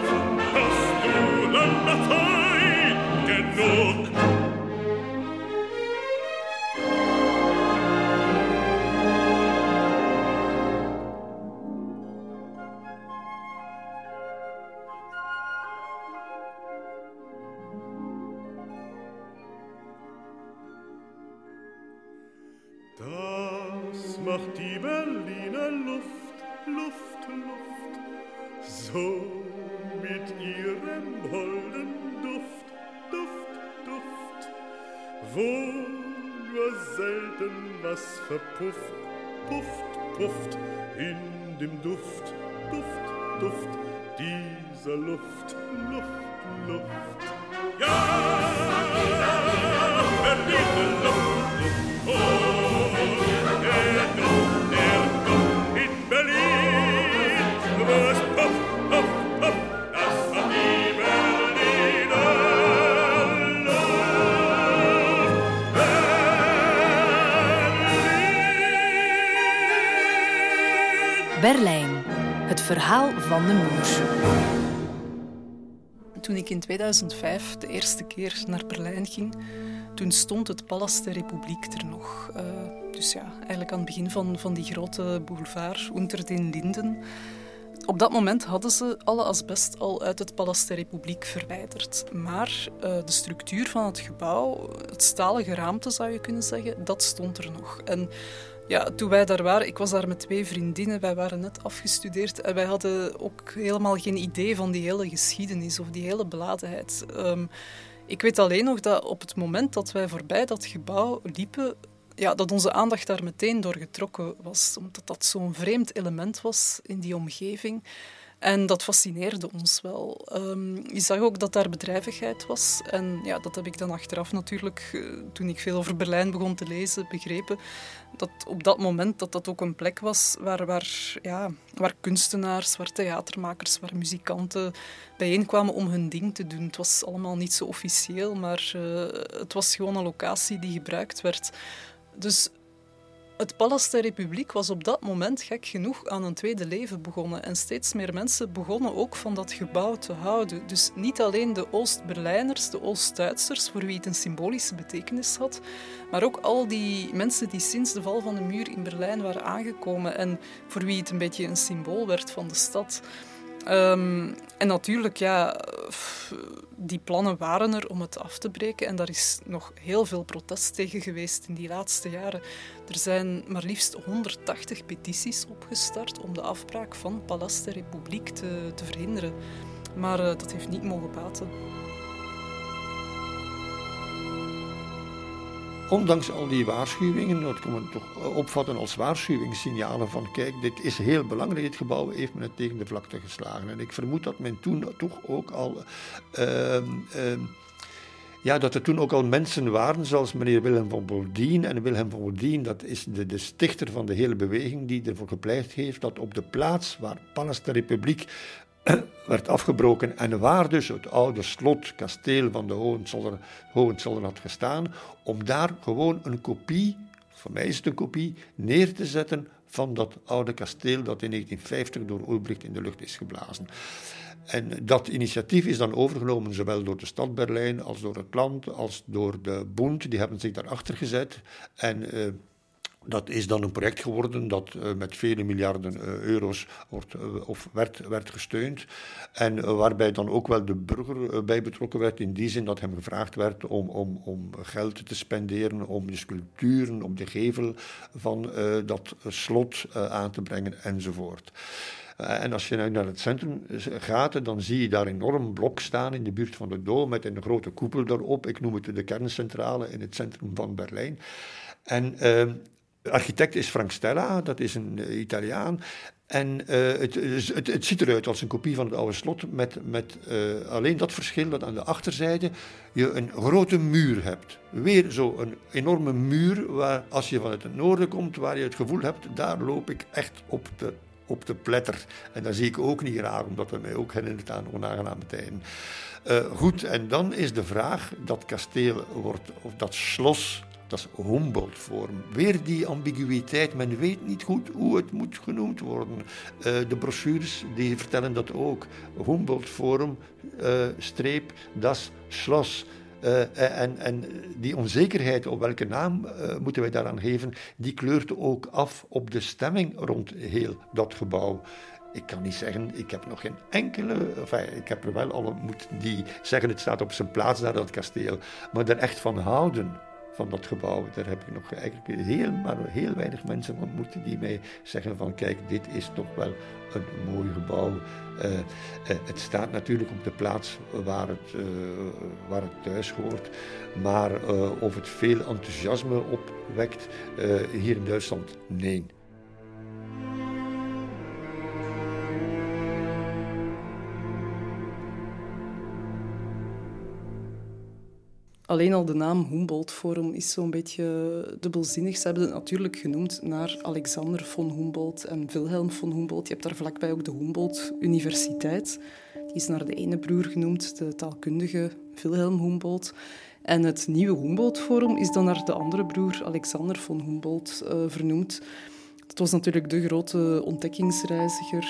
Zeit genug. Das macht die Berliner Luft, Luft, Luft, so mit ihrem holden Duft, Duft, Duft, wo nur selten was verpufft, pufft, pufft, in dem Duft, Duft, Duft, dieser Luft, Luft, Luft. Ja, Berliner Luft, oh, der Duft in Berlin, wo es pufft, pufft, pufft. Berlijn, het verhaal van de muur. Toen ik in 2005 de eerste keer naar Berlijn ging, toen stond het Palast der Republiek er nog. Dus ja, eigenlijk aan het begin van die grote boulevard, Unter den Linden. Op dat moment hadden ze alle asbest al uit het Palast der Republiek verwijderd. Maar de structuur van het gebouw, het stalen geraamte zou je kunnen zeggen, dat stond er nog. En ja, toen wij daar waren, ik was daar met 2 vriendinnen, wij waren net afgestudeerd en wij hadden ook helemaal geen idee van die hele geschiedenis of die hele beladenheid. Ik weet alleen nog dat op het moment dat wij voorbij dat gebouw liepen, ja, dat onze aandacht daar meteen door getrokken was, omdat dat zo'n vreemd element was in die omgeving. En dat fascineerde ons wel. Je zag ook dat daar bedrijvigheid was. En ja, dat heb ik dan achteraf natuurlijk, toen ik veel over Berlijn begon te lezen, begrepen. Dat op dat moment dat ook een plek was waar kunstenaars, waar theatermakers, waar muzikanten bijeenkwamen om hun ding te doen. Het was allemaal niet zo officieel, maar het was gewoon een locatie die gebruikt werd. Dus het Palast der Republiek was op dat moment, gek genoeg, aan een tweede leven begonnen. En steeds meer mensen begonnen ook van dat gebouw te houden. Dus niet alleen de Oost-Berlijners, de Oost-Duitsers, voor wie het een symbolische betekenis had, maar ook al die mensen die sinds de val van de muur in Berlijn waren aangekomen en voor wie het een beetje een symbool werd van de stad. En natuurlijk, die plannen waren er om het af te breken en daar is nog heel veel protest tegen geweest in die laatste jaren. Er zijn maar liefst 180 petities opgestart om de afbraak van Palast der Republiek te verhinderen. Maar dat heeft niet mogen baten. Ondanks al die waarschuwingen, dat kan men toch opvatten als waarschuwingssignalen van kijk, dit is heel belangrijk, dit gebouw heeft men het tegen de vlakte geslagen. En ik vermoed dat men toen toch ook al... dat er toen ook al mensen waren, zoals meneer Wilhelm van Boldien. En Wilhelm van Boldien, dat is de stichter van de hele beweging, die ervoor gepleit heeft dat op de plaats waar Palast der Republiek werd afgebroken en waar dus het oude slot, kasteel van de Hohenzollern had gestaan, om daar gewoon een kopie, voor mij is het een kopie, neer te zetten van dat oude kasteel dat in 1950 door Ulbricht in de lucht is geblazen. En dat initiatief is dan overgenomen zowel door de stad Berlijn als door het land, als door de Bund. Die hebben zich daarachter gezet en... dat is dan een project geworden dat met vele miljarden euro's werd gesteund. En waarbij dan ook wel de burger bij betrokken werd, in die zin dat hem gevraagd werd om geld te spenderen, om de sculpturen, om de gevel van dat slot aan te brengen enzovoort. En als je nu naar het centrum gaat, dan zie je daar een enorm blok staan in de buurt van de Dom met een grote koepel daarop. Ik noem het de kerncentrale in het centrum van Berlijn. En... de architect is Frank Stella, dat is een Italiaan. En het ziet eruit als een kopie van het oude slot, met alleen dat verschil dat aan de achterzijde je een grote muur hebt. Weer zo'n enorme muur, waar als je vanuit het noorden komt, waar je het gevoel hebt, daar loop ik echt op de pletter. En dat zie ik ook niet graag, omdat dat mij ook herinnert aan onaangename tijden. Goed, en dan is de vraag, dat kasteel wordt, of dat schloss... Dat is Humboldt-forum. Weer die ambiguïteit. Men weet niet goed hoe het moet genoemd worden. De brochures die vertellen dat ook. Humboldt-forum, streep, das Schloss. En die onzekerheid, op welke naam moeten wij daaraan geven, die kleurt ook af op de stemming rond heel dat gebouw. Ik kan niet zeggen, ik heb nog geen enkele... ik heb er wel al ontmoet die zeggen het staat op zijn plaats daar, dat kasteel. Maar er echt van houden... van dat gebouw. Daar heb ik nog eigenlijk heel weinig mensen ontmoet die mij zeggen van kijk, dit is toch wel een mooi gebouw. Het staat natuurlijk op de plaats waar het thuis hoort, maar of het veel enthousiasme opwekt, hier in Duitsland, nee. Alleen al de naam Humboldt-forum is zo'n beetje dubbelzinnig. Ze hebben het natuurlijk genoemd naar Alexander von Humboldt en Wilhelm von Humboldt. Je hebt daar vlakbij ook de Humboldt-universiteit. Die is naar de ene broer genoemd, de taalkundige Wilhelm Humboldt. En het nieuwe Humboldt-forum is dan naar de andere broer, Alexander von Humboldt, vernoemd. Dat was natuurlijk de grote ontdekkingsreiziger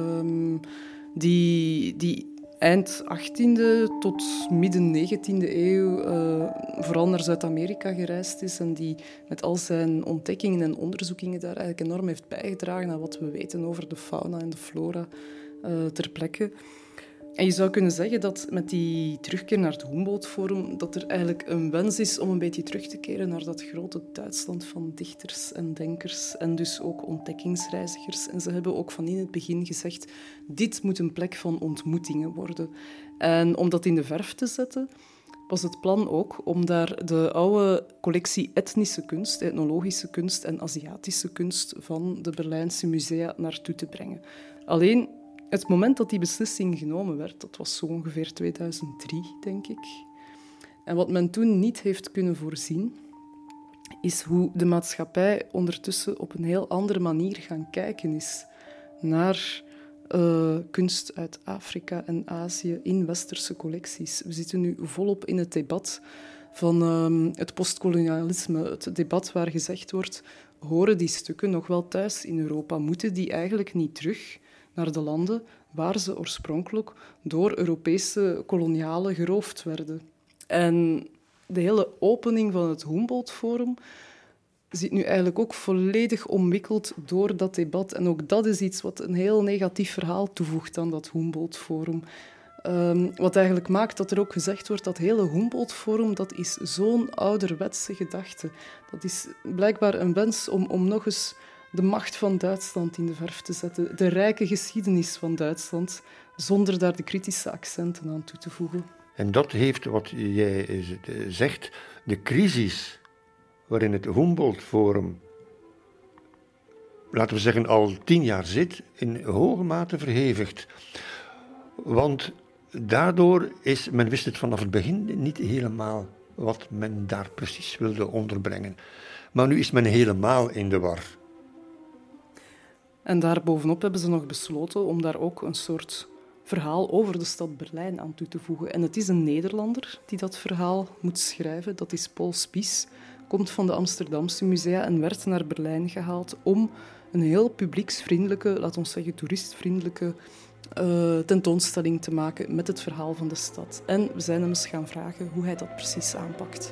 die eind 18e tot midden 19e eeuw vooral naar Zuid-Amerika gereisd is en die met al zijn ontdekkingen en onderzoekingen daar eigenlijk enorm heeft bijgedragen aan wat we weten over de fauna en de flora ter plekke. En je zou kunnen zeggen dat met die terugkeer naar het Humboldt-forum dat er eigenlijk een wens is om een beetje terug te keren naar dat grote Duitsland van dichters en denkers en dus ook ontdekkingsreizigers. En ze hebben ook van in het begin gezegd, dit moet een plek van ontmoetingen worden. En om dat in de verf te zetten, was het plan ook om daar de oude collectie etnische kunst, etnologische kunst en Aziatische kunst van de Berlijnse musea naartoe te brengen. Alleen, het moment dat die beslissing genomen werd, dat was zo ongeveer 2003, denk ik. En wat men toen niet heeft kunnen voorzien, is hoe de maatschappij ondertussen op een heel andere manier gaan kijken is naar kunst uit Afrika en Azië in westerse collecties. We zitten nu volop in het debat van het postkolonialisme, het debat waar gezegd wordt, horen die stukken nog wel thuis in Europa? Moeten die eigenlijk niet terug naar de landen waar ze oorspronkelijk door Europese kolonialen geroofd werden? En de hele opening van het Humboldt-forum zit nu eigenlijk ook volledig omwikkeld door dat debat. En ook dat is iets wat een heel negatief verhaal toevoegt aan dat Humboldt-forum. Wat eigenlijk maakt dat er ook gezegd wordt dat hele Humboldt-forum, dat is zo'n ouderwetse gedachte. Dat is blijkbaar een wens om nog eens de macht van Duitsland in de verf te zetten. De rijke geschiedenis van Duitsland, zonder daar de kritische accenten aan toe te voegen. En dat heeft, wat jij zegt, de crisis waarin het Humboldt-forum, laten we zeggen, al 10 jaar zit, in hoge mate verhevigd. Want daardoor is, men wist het vanaf het begin niet helemaal wat men daar precies wilde onderbrengen. Maar nu is men helemaal in de war. En daarbovenop hebben ze nog besloten om daar ook een soort verhaal over de stad Berlijn aan toe te voegen. En het is een Nederlander die dat verhaal moet schrijven. Dat is Paul Spies, komt van de Amsterdamse musea en werd naar Berlijn gehaald om een heel publieksvriendelijke, laten we zeggen toeristvriendelijke tentoonstelling te maken met het verhaal van de stad. En we zijn hem eens gaan vragen hoe hij dat precies aanpakt.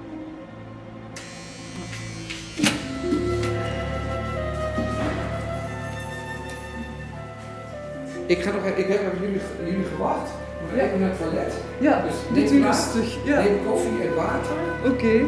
Ik heb op jullie gewacht. Nog even naar het toilet. Ja, dus dit u rustig. Ja. Neem koffie en water. Oké.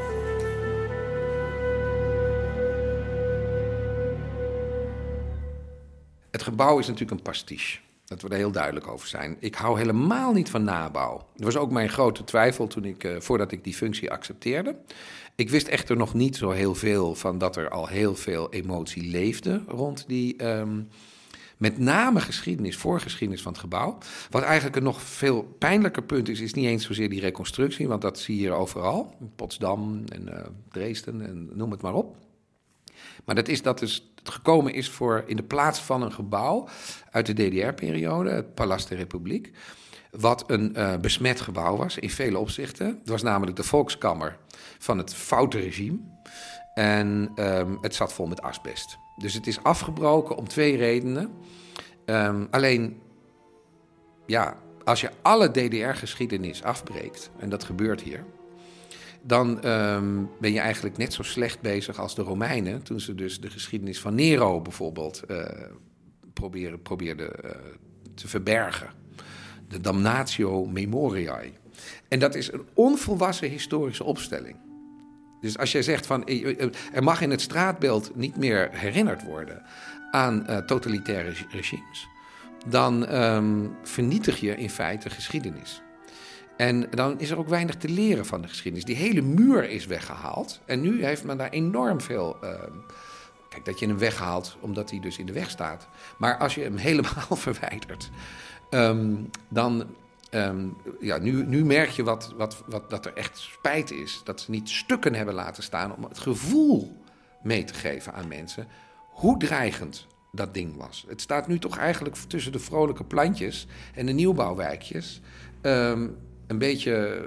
Het gebouw is natuurlijk een pastiche. Dat we er heel duidelijk over zijn. Ik hou helemaal niet van nabouw. Dat was ook mijn grote twijfel voordat ik die functie accepteerde. Ik wist echter nog niet zo heel veel van dat er al heel veel emotie leefde rond die met name voorgeschiedenis van het gebouw. Wat eigenlijk een nog veel pijnlijker punt is niet eens zozeer die reconstructie, want dat zie je hier overal. Potsdam en Dresden en noem het maar op. Maar dat het gekomen is voor in de plaats van een gebouw uit de DDR-periode, het Palast der Republiek, wat een besmet gebouw was in vele opzichten. Het was namelijk de volkskammer van het foute regime en het zat vol met asbest. Dus het is afgebroken om 2 redenen. Alleen, ja, als je alle DDR-geschiedenis afbreekt, en dat gebeurt hier, dan ben je eigenlijk net zo slecht bezig als de Romeinen, toen ze dus de geschiedenis van Nero bijvoorbeeld probeerden te verbergen. De damnatio memoriae. En dat is een onvolwassen historische opstelling. Dus als jij zegt van er mag in het straatbeeld niet meer herinnerd worden aan totalitaire regimes, dan vernietig je in feite geschiedenis. En dan is er ook weinig te leren van de geschiedenis. Die hele muur is weggehaald. En nu heeft men daar enorm veel... Kijk, dat je hem weghaalt omdat hij dus in de weg staat. Maar als je hem helemaal verwijdert, dan... nu merk je dat er echt spijt is. Dat ze niet stukken hebben laten staan om het gevoel mee te geven aan mensen hoe dreigend dat ding was. Het staat nu toch eigenlijk tussen de vrolijke plantjes en de nieuwbouwwijkjes. Een beetje...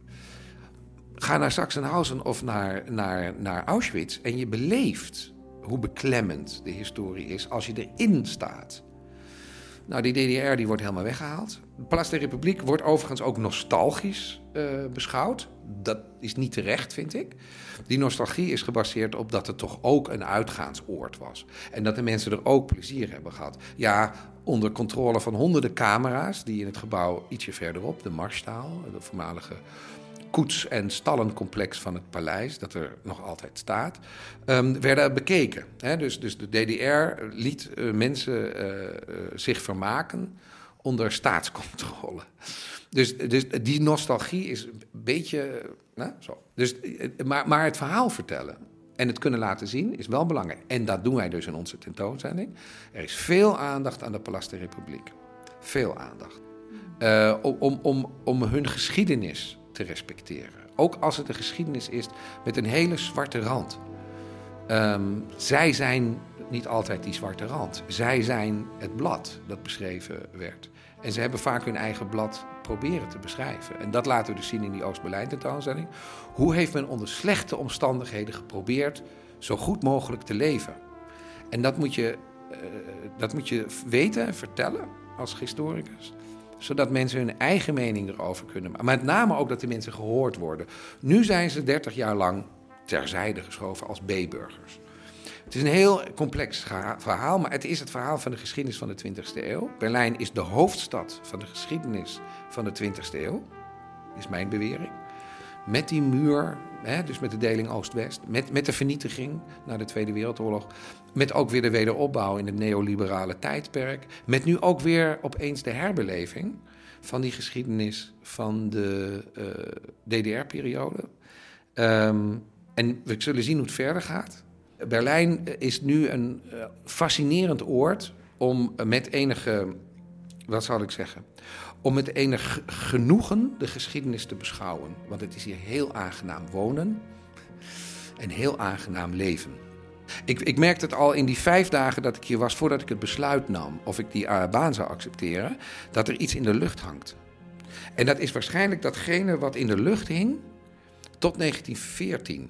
Ga naar Sachsenhausen of naar Auschwitz en je beleeft hoe beklemmend de historie is als je erin staat. Nou, die DDR die wordt helemaal weggehaald. De Palast der Republiek wordt overigens ook nostalgisch beschouwd. Dat is niet terecht, vind ik. Die nostalgie is gebaseerd op dat het toch ook een uitgaansoord was. En dat de mensen er ook plezier hebben gehad. Ja, onder controle van honderden camera's die in het gebouw ietsje verderop, de Marstaal, de voormalige koets- en stallencomplex van het paleis, dat er nog altijd staat, werden bekeken. Dus de DDR liet mensen zich vermaken onder staatscontrole. Dus die nostalgie is een beetje... zo. Dus, maar het verhaal vertellen En het kunnen laten zien is wel belangrijk. En dat doen wij dus in onze tentoonstelling. Er is veel aandacht aan de Palast der Republiek. Veel aandacht. Om hun geschiedenis te respecteren. Ook als het een geschiedenis is met een hele zwarte rand. Zij zijn niet altijd die zwarte rand. Zij zijn het blad dat beschreven werd. En ze hebben vaak hun eigen blad proberen te beschrijven. En dat laten we dus zien in die Oost-Berlijn tentoonstelling. Hoe heeft men onder slechte omstandigheden geprobeerd zo goed mogelijk te leven? En dat moet je weten en vertellen als historicus. Zodat mensen hun eigen mening erover kunnen maken. Maar met name ook dat die mensen gehoord worden. Nu zijn ze 30 jaar lang terzijde geschoven als B-burgers. Het is een heel complex verhaal, maar het is het verhaal van de geschiedenis van de 20e eeuw. Berlijn is de hoofdstad van de geschiedenis van de 20e eeuw, is mijn bewering. Met die muur, dus met de deling Oost-West, met de vernietiging na de Tweede Wereldoorlog, met ook weer de wederopbouw in het neoliberale tijdperk, met nu ook weer opeens de herbeleving van die geschiedenis van de DDR-periode. En we zullen zien hoe het verder gaat. Berlijn is nu een fascinerend oord om met enige, wat zal ik zeggen, om met enig genoegen de geschiedenis te beschouwen. Want het is hier heel aangenaam wonen en heel aangenaam leven. Ik merkte het al in die 5 dagen dat ik hier was, voordat ik het besluit nam of ik die baan zou accepteren, dat er iets in de lucht hangt. En dat is waarschijnlijk datgene wat in de lucht hing tot 1914.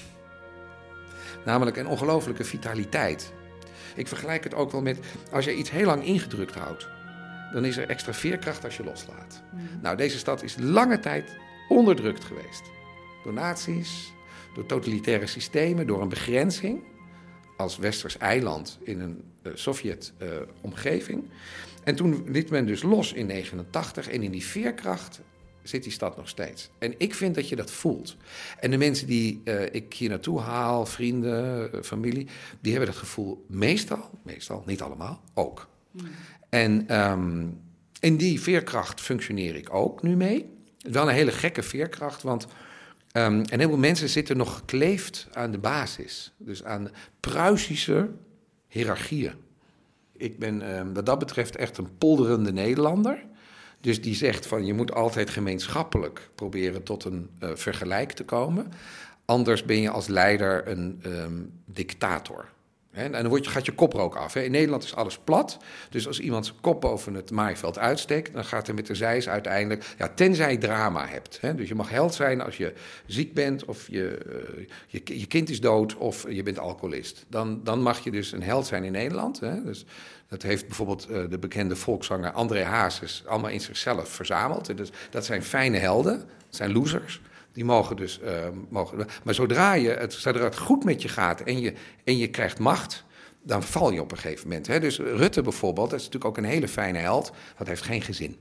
Namelijk een ongelofelijke vitaliteit. Ik vergelijk het ook wel met, als je iets heel lang ingedrukt houdt, dan is er extra veerkracht als je loslaat. Nou, deze stad is lange tijd onderdrukt geweest. Door nazi's, door totalitaire systemen, door een begrenzing als westers eiland in een Sovjet-omgeving. En toen liet men dus los in 1989 en in die veerkracht zit die stad nog steeds. En ik vind dat je dat voelt. En de mensen die ik hier naartoe haal, vrienden, familie, die hebben dat gevoel meestal, niet allemaal, ook. En in die veerkracht functioneer ik ook nu mee. Het is wel een hele gekke veerkracht, want een heleboel mensen zitten nog gekleefd aan de basis. Dus aan Pruisische hiërarchieën. Ik ben wat dat betreft echt een polderende Nederlander. Dus die zegt van je moet altijd gemeenschappelijk proberen tot een vergelijk te komen. Anders ben je als leider een dictator. En dan gaat je kop er ook af. In Nederland is alles plat. Dus als iemand zijn kop boven het maaiveld uitsteekt, dan gaat hij met de zeis uiteindelijk, tenzij je drama hebt. Dus je mag held zijn als je ziek bent of je kind is dood of je bent alcoholist. Dan mag je dus een held zijn in Nederland. Dus dat heeft bijvoorbeeld de bekende volkszanger André Hazes allemaal in zichzelf verzameld. Dus dat zijn fijne helden, dat zijn losers. Die mogen dus... maar zodra het goed met je gaat en je krijgt macht, dan val je op een gegeven moment. Dus Rutte bijvoorbeeld, dat is natuurlijk ook een hele fijne held, want hij heeft geen gezin.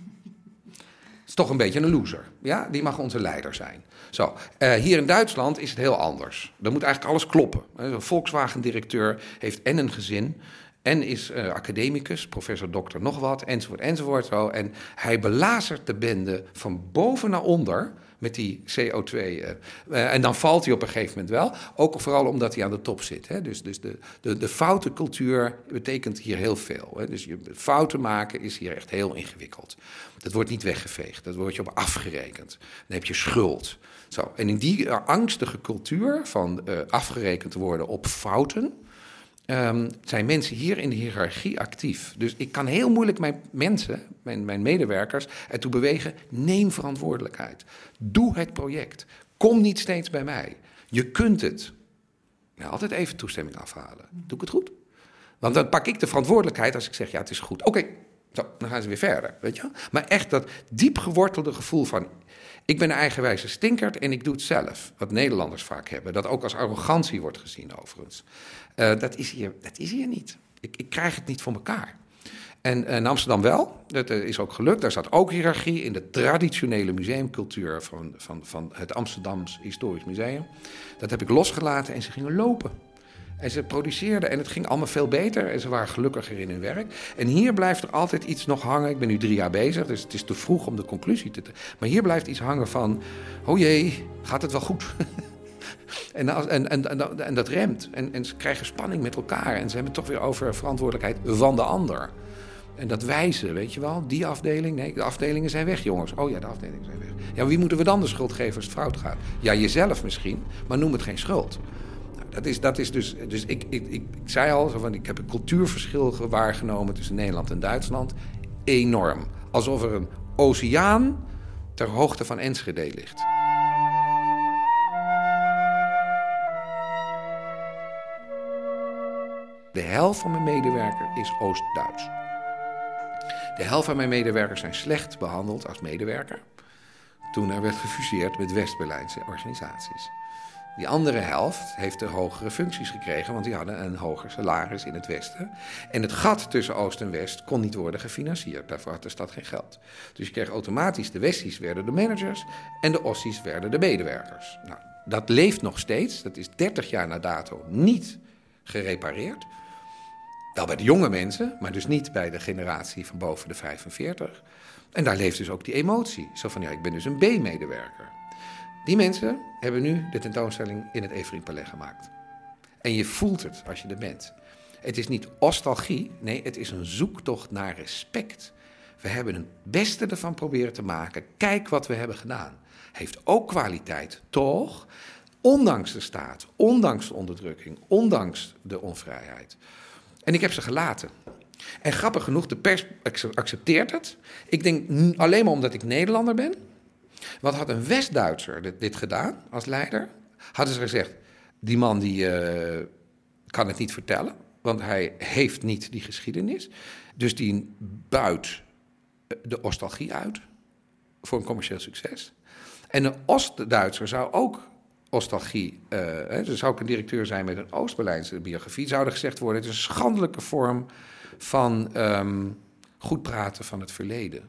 Het is toch een beetje een loser. Ja? Die mag onze leider zijn. Zo, hier in Duitsland is het heel anders. Dan moet eigenlijk alles kloppen. Een Volkswagen-directeur heeft en een gezin en is academicus, professor dokter nog wat, enzovoort. Zo. En hij belazert de bende van boven naar onder met die CO2. En dan valt hij op een gegeven moment wel. Ook vooral omdat hij aan de top zit. Hè. Dus de foutencultuur betekent hier heel veel. Hè. Dus fouten maken is hier echt heel ingewikkeld. Dat wordt niet weggeveegd. Dat wordt je op afgerekend. Dan heb je schuld. Zo. En in die angstige cultuur van afgerekend te worden op fouten, zijn mensen hier in de hiërarchie actief. Dus ik kan heel moeilijk mijn mensen, mijn medewerkers, ertoe bewegen, neem verantwoordelijkheid. Doe het project. Kom niet steeds bij mij. Je kunt het. Altijd even toestemming afhalen. Doe ik het goed? Want dan pak ik de verantwoordelijkheid als ik zeg, ja, het is goed. Oké, zo, dan gaan ze weer verder, weet je? Maar echt dat diep gewortelde gevoel van, ik ben een eigenwijze stinkert en ik doe het zelf. Wat Nederlanders vaak hebben. Dat ook als arrogantie wordt gezien overigens. Dat is hier niet. Ik krijg het niet voor elkaar. En in Amsterdam wel. Dat is ook gelukt. Daar zat ook hiërarchie in de traditionele museumcultuur van het Amsterdams Historisch Museum. Dat heb ik losgelaten en ze gingen lopen. En ze produceerden en het ging allemaal veel beter en ze waren gelukkiger in hun werk. En hier blijft er altijd iets nog hangen. Ik ben nu 3 jaar bezig, dus het is te vroeg om de conclusie te trekken. Maar hier blijft iets hangen van, oh jee, gaat het wel goed? En dat remt. En ze krijgen spanning met elkaar. En ze hebben het toch weer over verantwoordelijkheid van de ander. En dat wijzen, weet je wel. Die afdeling, nee, de afdelingen zijn weg, jongens. Oh ja, de afdelingen zijn weg. Ja, wie moeten we dan de schuld geven als het fout gaat? Ja, jezelf misschien, maar noem het geen schuld. Nou, dat is dus ik zei al, ik heb een cultuurverschil waargenomen tussen Nederland en Duitsland. Enorm. Alsof er een oceaan ter hoogte van Enschede ligt. De helft van mijn medewerker is Oost-Duits. De helft van mijn medewerkers zijn slecht behandeld als medewerker toen er werd gefuseerd met West-Berlijnse organisaties. Die andere helft heeft de hogere functies gekregen, want die hadden een hoger salaris in het Westen. En het gat tussen Oost en West kon niet worden gefinancierd. Daarvoor had de stad geen geld. Dus je kreeg automatisch, de Westies werden de managers en de Ossies werden de medewerkers. Nou, dat leeft nog steeds. Dat is 30 jaar na dato niet gerepareerd. Wel bij de jonge mensen, maar dus niet bij de generatie van boven de 45. En daar leeft dus ook die emotie. Zo van, ja, ik ben dus een B-medewerker. Die mensen hebben nu de tentoonstelling in het Everin Palais gemaakt. En je voelt het als je er bent. Het is niet nostalgie, nee, het is een zoektocht naar respect. We hebben het beste ervan proberen te maken. Kijk wat we hebben gedaan. Heeft ook kwaliteit, toch? Ondanks de staat, ondanks de onderdrukking, ondanks de onvrijheid. En ik heb ze gelaten. En grappig genoeg, de pers accepteert het. Ik denk alleen maar omdat ik Nederlander ben. Wat had een West-Duitser dit gedaan als leider? Hadden ze gezegd, die man die kan het niet vertellen, want hij heeft niet die geschiedenis. Dus die buit de nostalgie uit voor een commercieel succes. En een Oost-Duitser zou ook nostalgie, dus zou ook een directeur zijn met een Oost-Berlijnse biografie, zou er gezegd worden, het is een schandelijke vorm van goed praten van het verleden.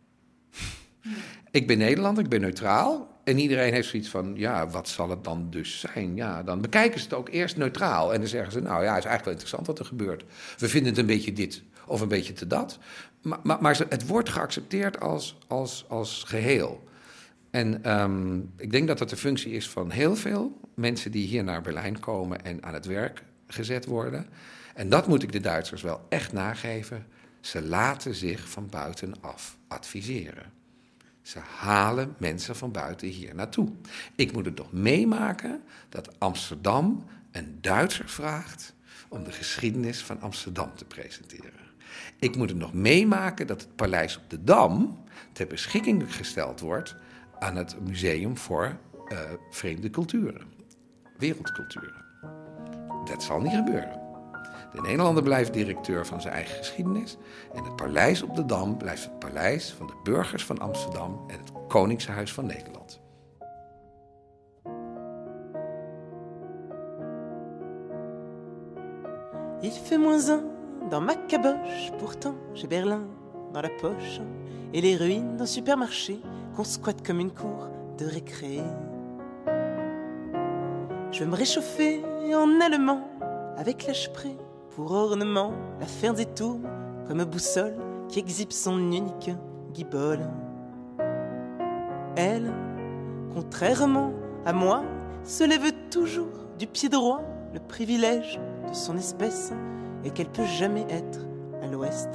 Ik ben Nederlander, ik ben neutraal. En iedereen heeft zoiets van, ja, wat zal het dan dus zijn? Ja, dan bekijken ze het ook eerst neutraal. En dan zeggen ze, nou ja, het is eigenlijk wel interessant wat er gebeurt. We vinden het een beetje dit of een beetje te dat. Maar het wordt geaccepteerd als geheel. En ik denk dat dat de functie is van heel veel mensen die hier naar Berlijn komen en aan het werk gezet worden. En dat moet ik de Duitsers wel echt nageven. Ze laten zich van buitenaf adviseren. Ze halen mensen van buiten hier naartoe. Ik moet het nog meemaken dat Amsterdam een Duitser vraagt om de geschiedenis van Amsterdam te presenteren. Ik moet het nog meemaken dat het Paleis op de Dam ter beschikking gesteld wordt aan het Museum voor Vreemde Culturen, Wereldculturen. Dat zal niet gebeuren. De Nederlander blijft directeur van zijn eigen geschiedenis. En het Paleis op de Dam blijft het paleis van de burgers van Amsterdam en het Koningshuis van Nederland. Il fait -1 dans ma caboche, pourtant j'ai Berlin dans la poche et les ruines d'un supermarché qu'on squatte comme une cour de récré. Je vais me réchauffer en allemand avec l'âge-près pour ornement la Fernsehturm comme boussole qui exhibe son unique guibole. Elle, contrairement à moi, se lève toujours du pied droit, le privilège de son espèce et qu'elle peut jamais être à l'ouest.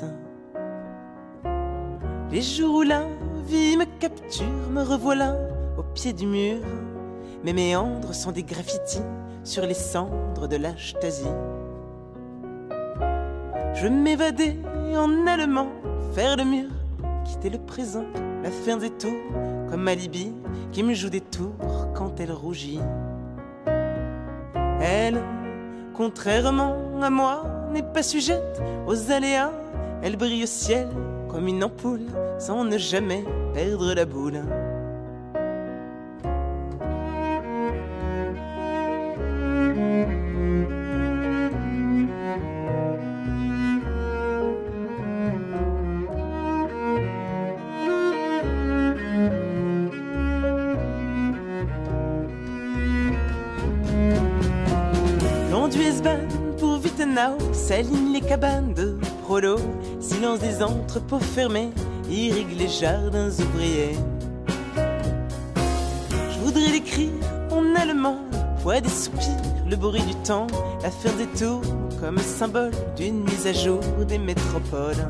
Les jours où la vie me capture, me revoilà au pied du mur. Mes méandres sont des graffitis sur les cendres de la Stasi. Je m'évadais en allemand, faire le mur, quitter le présent, la Fernsehturm comme alibi qui me joue des tours quand elle rougit. Elle, contrairement à moi, n'est pas sujette aux aléas. Elle brille au ciel comme une ampoule sans ne jamais perdre la boule. S'alignent les cabanes de Prolo, silence des entrepôts fermés, irrigue les jardins ouvriers. Je voudrais l'écrire en allemand poids des soupirs, le bruit du temps, la fin des tours, comme symbole d'une mise à jour des métropoles.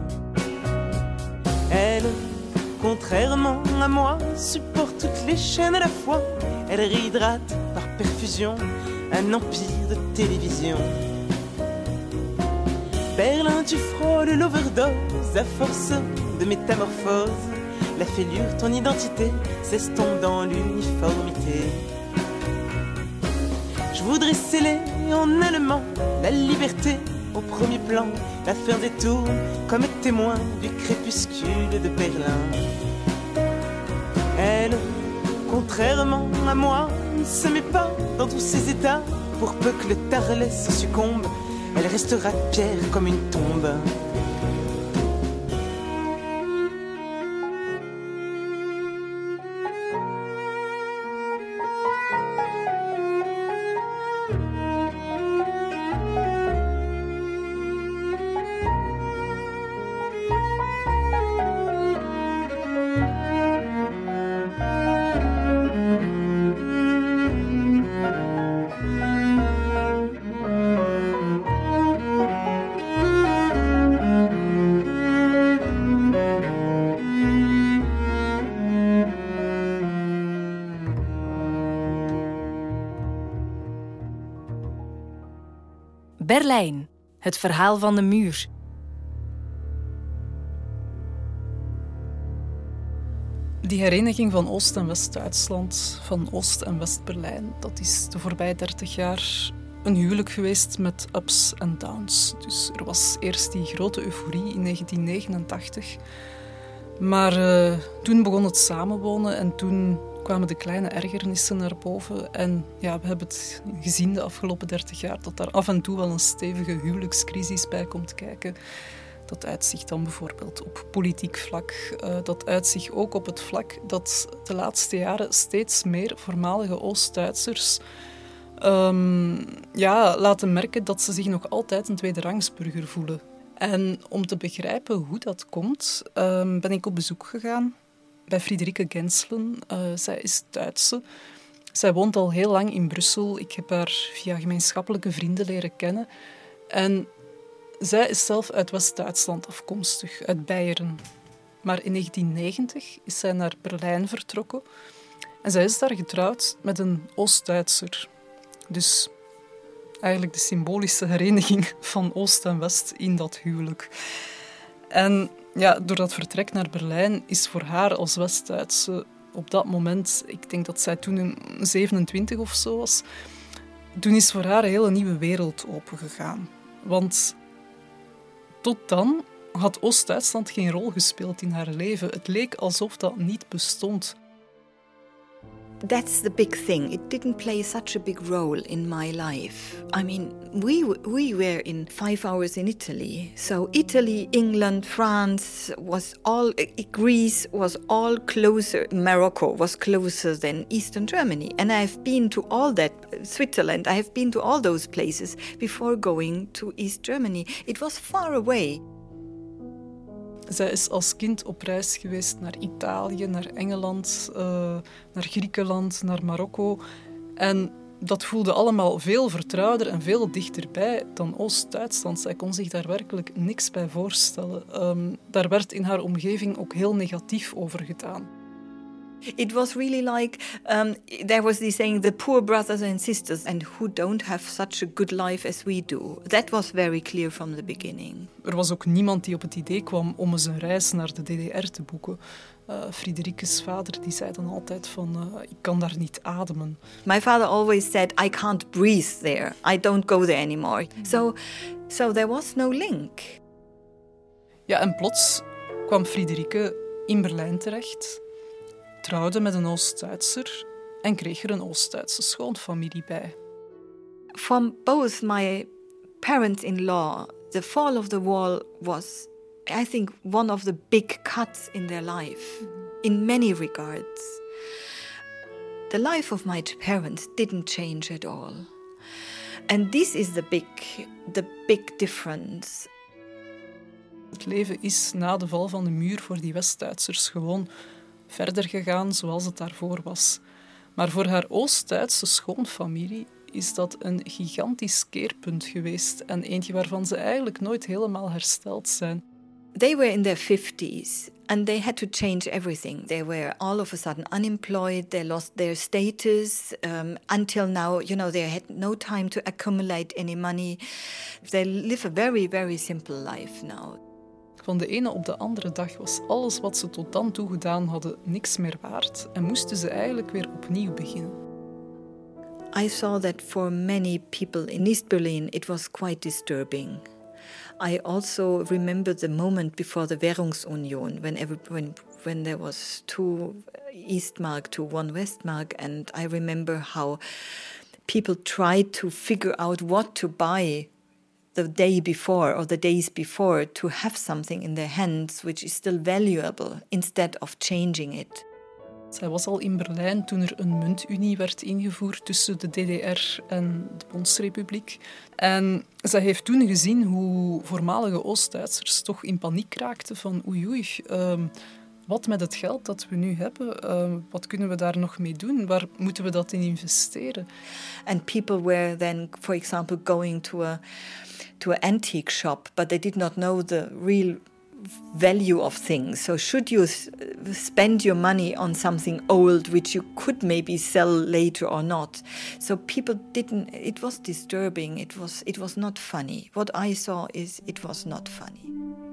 Elle, contrairement à moi, supporte toutes les chaînes à la fois. Elle réhydrate par perfusion un empire de télévision. Berlin, tu frôles l'overdose à force de métamorphose. La fêlure, ton identité, s'estompe dans l'uniformité. Je voudrais sceller en allemand la liberté au premier plan, la fin des tours comme témoin du crépuscule de Berlin. Elle, contrairement à moi, ne se met pas dans tous ces états. Pour peu que le Tarlet se succombe, elle restera de pierre comme une tombe. Berlijn, het verhaal van de muur. Die hereniging van Oost- en West-Duitsland, van Oost- en West-Berlijn, dat is de voorbije 30 jaar een huwelijk geweest met ups en downs. Dus er was eerst die grote euforie in 1989. Maar toen begon het samenwonen en toen kwamen de kleine ergernissen naar boven. En ja, we hebben het gezien de afgelopen 30 jaar dat daar af en toe wel een stevige huwelijkscrisis bij komt kijken. Dat uitzicht dan bijvoorbeeld op politiek vlak. Dat uitzicht ook op het vlak dat de laatste jaren steeds meer voormalige Oost-Duitsers laten merken dat ze zich nog altijd een tweederangsburger voelen. En om te begrijpen hoe dat komt, ben ik op bezoek gegaan bij Friederike Genslen. Zij is Duitse. Zij woont al heel lang in Brussel. Ik heb haar via gemeenschappelijke vrienden leren kennen. En zij is zelf uit West-Duitsland afkomstig, uit Beieren. Maar in 1990 is zij naar Berlijn vertrokken. En zij is daar getrouwd met een Oost-Duitser. Dus eigenlijk de symbolische hereniging van Oost en West in dat huwelijk. En ja, door dat vertrek naar Berlijn is voor haar als West-Duitse op dat moment, ik denk dat zij toen 27 of zo was, toen is voor haar een hele nieuwe wereld opengegaan. Want tot dan had Oost-Duitsland geen rol gespeeld in haar leven. Het leek alsof dat niet bestond. That's the big thing. It didn't play such a big role in my life. I mean, we were in 5 hours in Italy. So Italy, England, France was all... Greece was all closer. Morocco was closer than Eastern Germany. And I've been to all that. Switzerland, I have been to all those places before going to East Germany. It was far away. Zij is als kind op reis geweest naar Italië, naar Engeland, naar Griekenland, naar Marokko. En dat voelde allemaal veel vertrouwder en veel dichterbij dan Oost-Duitsland. Zij kon zich daar werkelijk niks bij voorstellen. Daar werd in haar omgeving ook heel negatief over gedaan. It was really like, there was this saying, the poor brothers and sisters, and who don't have such a good life as we do. That was very clear from the beginning. Er was ook niemand die op het idee kwam om eens een reis naar de DDR te boeken. Friederike's vader die zei dan altijd van, ik kan daar niet ademen. My father always said, I can't breathe there. I don't go there anymore. So there was no link. Ja, en plots kwam Friederike in Berlijn terecht, trouwde met een Oost-Duitser en kreeg er een Oost-Duitse schoonfamilie bij. From both my parents-in-law, the fall of the wall was, I think, one of the big cuts in their life, in many regards. The life of my parents didn't change at all. And this is the big difference. Het leven is na de val van de muur voor die West-Duitsers gewoon verder gegaan zoals het daarvoor was. Maar voor haar Oost-Duitse schoonfamilie is dat een gigantisch keerpunt geweest en eentje waarvan ze eigenlijk nooit helemaal hersteld zijn. They were in their 50s and they had to change everything. They were all of a sudden unemployed, they lost their status. Until now, they had no time to accumulate any money. They live a very, very simple life now. Van de ene op de andere dag was alles wat ze tot dan toe gedaan hadden niks meer waard en moesten ze eigenlijk weer opnieuw beginnen. I saw that for many people in East Berlin it was quite disturbing. I also remember the moment before the Währungsunion when there was 2 Eastmark to 1 Westmark, and I remember how people tried to figure out what to buy the day before or the days before to have something in their hands which is still valuable instead of changing it. Zij was al in Berlijn toen er een muntunie werd ingevoerd tussen de DDR en de Bondsrepubliek. En zij heeft toen gezien hoe voormalige Oost-Duitsers toch in paniek raakten van oei, wat met het geld dat we nu hebben, wat kunnen we daar nog mee doen? Waar moeten we dat in investeren? And people were then, for example, going to an antique shop, but they did not know the real value of things. So should you spend your money on something old which you could maybe sell later or not? So people didn't. It was disturbing. It was not funny. What I saw is it was not funny.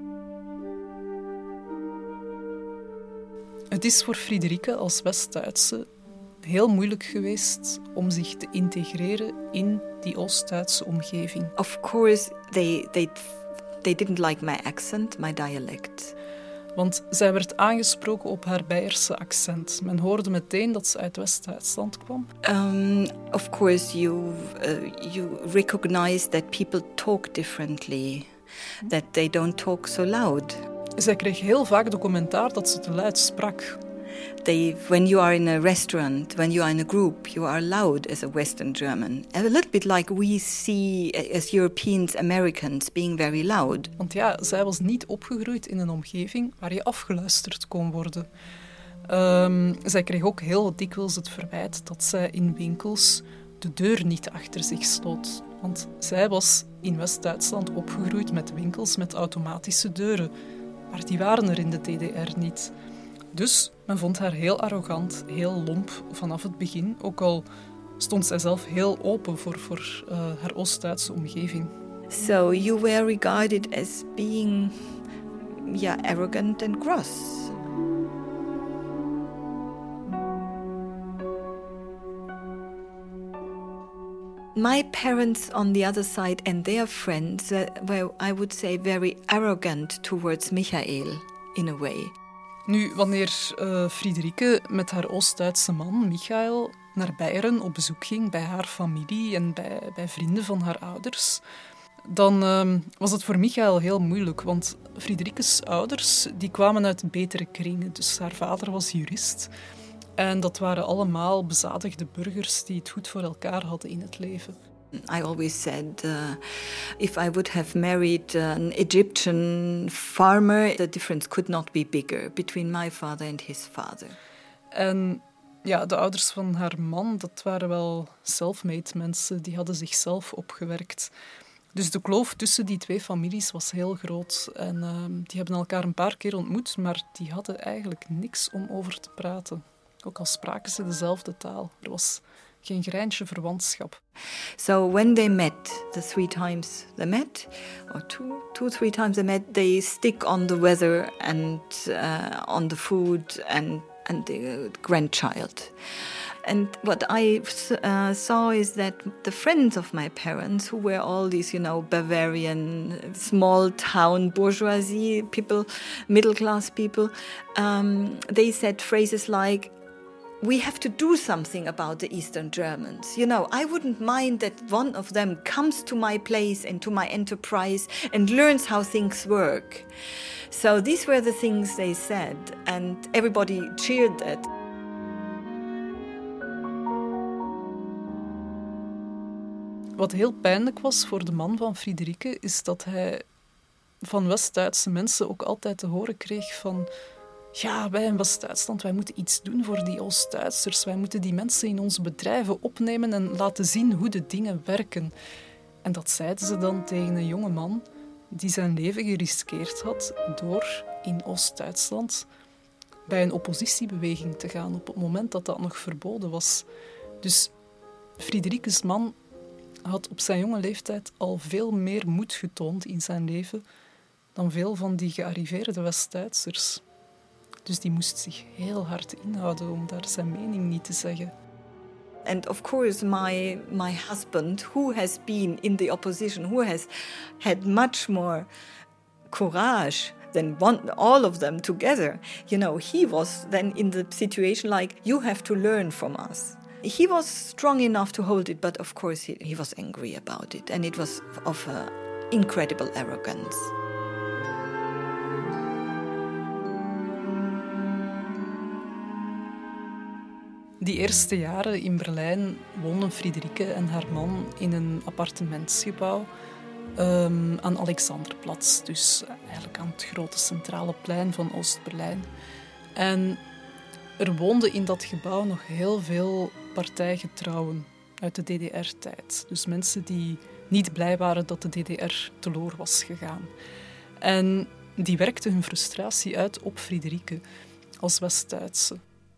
Het is voor Friederike als West-Duitse heel moeilijk geweest om zich te integreren in die Oost-Duitse omgeving. Of course, they didn't like my accent, my dialect. Want zij werd aangesproken op haar Beierse accent. Men hoorde meteen dat ze uit West-Duitsland kwam. Of course, you recognize that people talk differently, that they don't talk so loud. Zij kreeg heel vaak de commentaar dat ze te luid sprak. When you are in a restaurant, when you are in a group, you are loud as a Western German. A little bit like we see as Europeans, Americans, being very loud. Want ja, zij was niet opgegroeid in een omgeving waar je afgeluisterd kon worden. Zij kreeg ook heel dikwijls het verwijt dat zij in winkels de deur niet achter zich sloot. Want zij was in West-Duitsland opgegroeid met winkels met automatische deuren. Maar die waren er in de DDR niet. Dus men vond haar heel arrogant, heel lomp vanaf het begin. Ook al stond zij zelf heel open voor haar Oost-Duitse omgeving. So you were regarded as being, arrogant and gross. My parents on the other side and their friends were, I would say, very arrogant towards Michael, in a way. Nu, wanneer Friederike met haar Oost-Duitse man, Michael, naar Beieren op bezoek ging bij haar familie en bij vrienden van haar ouders, dan was het voor Michael heel moeilijk, want Friederikes ouders die kwamen uit betere kringen. Dus haar vader was jurist en dat waren allemaal bezadigde burgers die het goed voor elkaar hadden in het leven. I always said, if I would have married an Egyptian farmer, the difference could not be bigger between my father and his father. En ja, de ouders van haar man, dat waren wel self-made mensen, die hadden zichzelf opgewerkt. Dus de kloof tussen die twee families was heel groot. En die hebben elkaar een paar keer ontmoet, maar die hadden eigenlijk niks om over te praten. Ook al spraken ze dezelfde taal. Er was geen greintje verwantschap. So when they met, the 3 times they met, or 3 times they met, they stick on the weather and on the food and the grandchild. And what I saw is that the friends of my parents, who were all these, Bavarian, small-town bourgeoisie people, middle-class people, they said phrases like, we have to do something about the Eastern Germans. I wouldn't mind that one of them comes to my place and to my enterprise and learns how things work. So these were the things they said, and everybody cheered that. Wat heel pijnlijk was voor de man van Friederike, is dat hij van West-Duitse mensen ook altijd te horen kreeg van ja, wij in West-Duitsland, wij moeten iets doen voor die Oost-Duitsers. Wij moeten die mensen in onze bedrijven opnemen en laten zien hoe de dingen werken. En dat zeiden ze dan tegen een jonge man die zijn leven geriskeerd had door in Oost-Duitsland bij een oppositiebeweging te gaan op het moment dat dat nog verboden was. Dus Friederikes man had op zijn jonge leeftijd al veel meer moed getoond in zijn leven dan veel van die gearriveerde West-Duitsers. Dus die moest zich heel hard inhouden om daar zijn mening niet te zeggen. And of course my husband, who has been in the opposition, who has had much more courage than all of them together, he was then in the situation like, you have to learn from us. He was strong enough to hold it, but of course he was angry about it. And it was of incredible arrogance. Die eerste jaren in Berlijn woonden Friederike en haar man in een appartementsgebouw aan Alexanderplatz, dus eigenlijk aan het grote centrale plein van Oost-Berlijn. En er woonden in dat gebouw nog heel veel partijgetrouwen uit de DDR-tijd. Dus mensen die niet blij waren dat de DDR teloor was gegaan. En die werkten hun frustratie uit op Friederike als West-Duitse.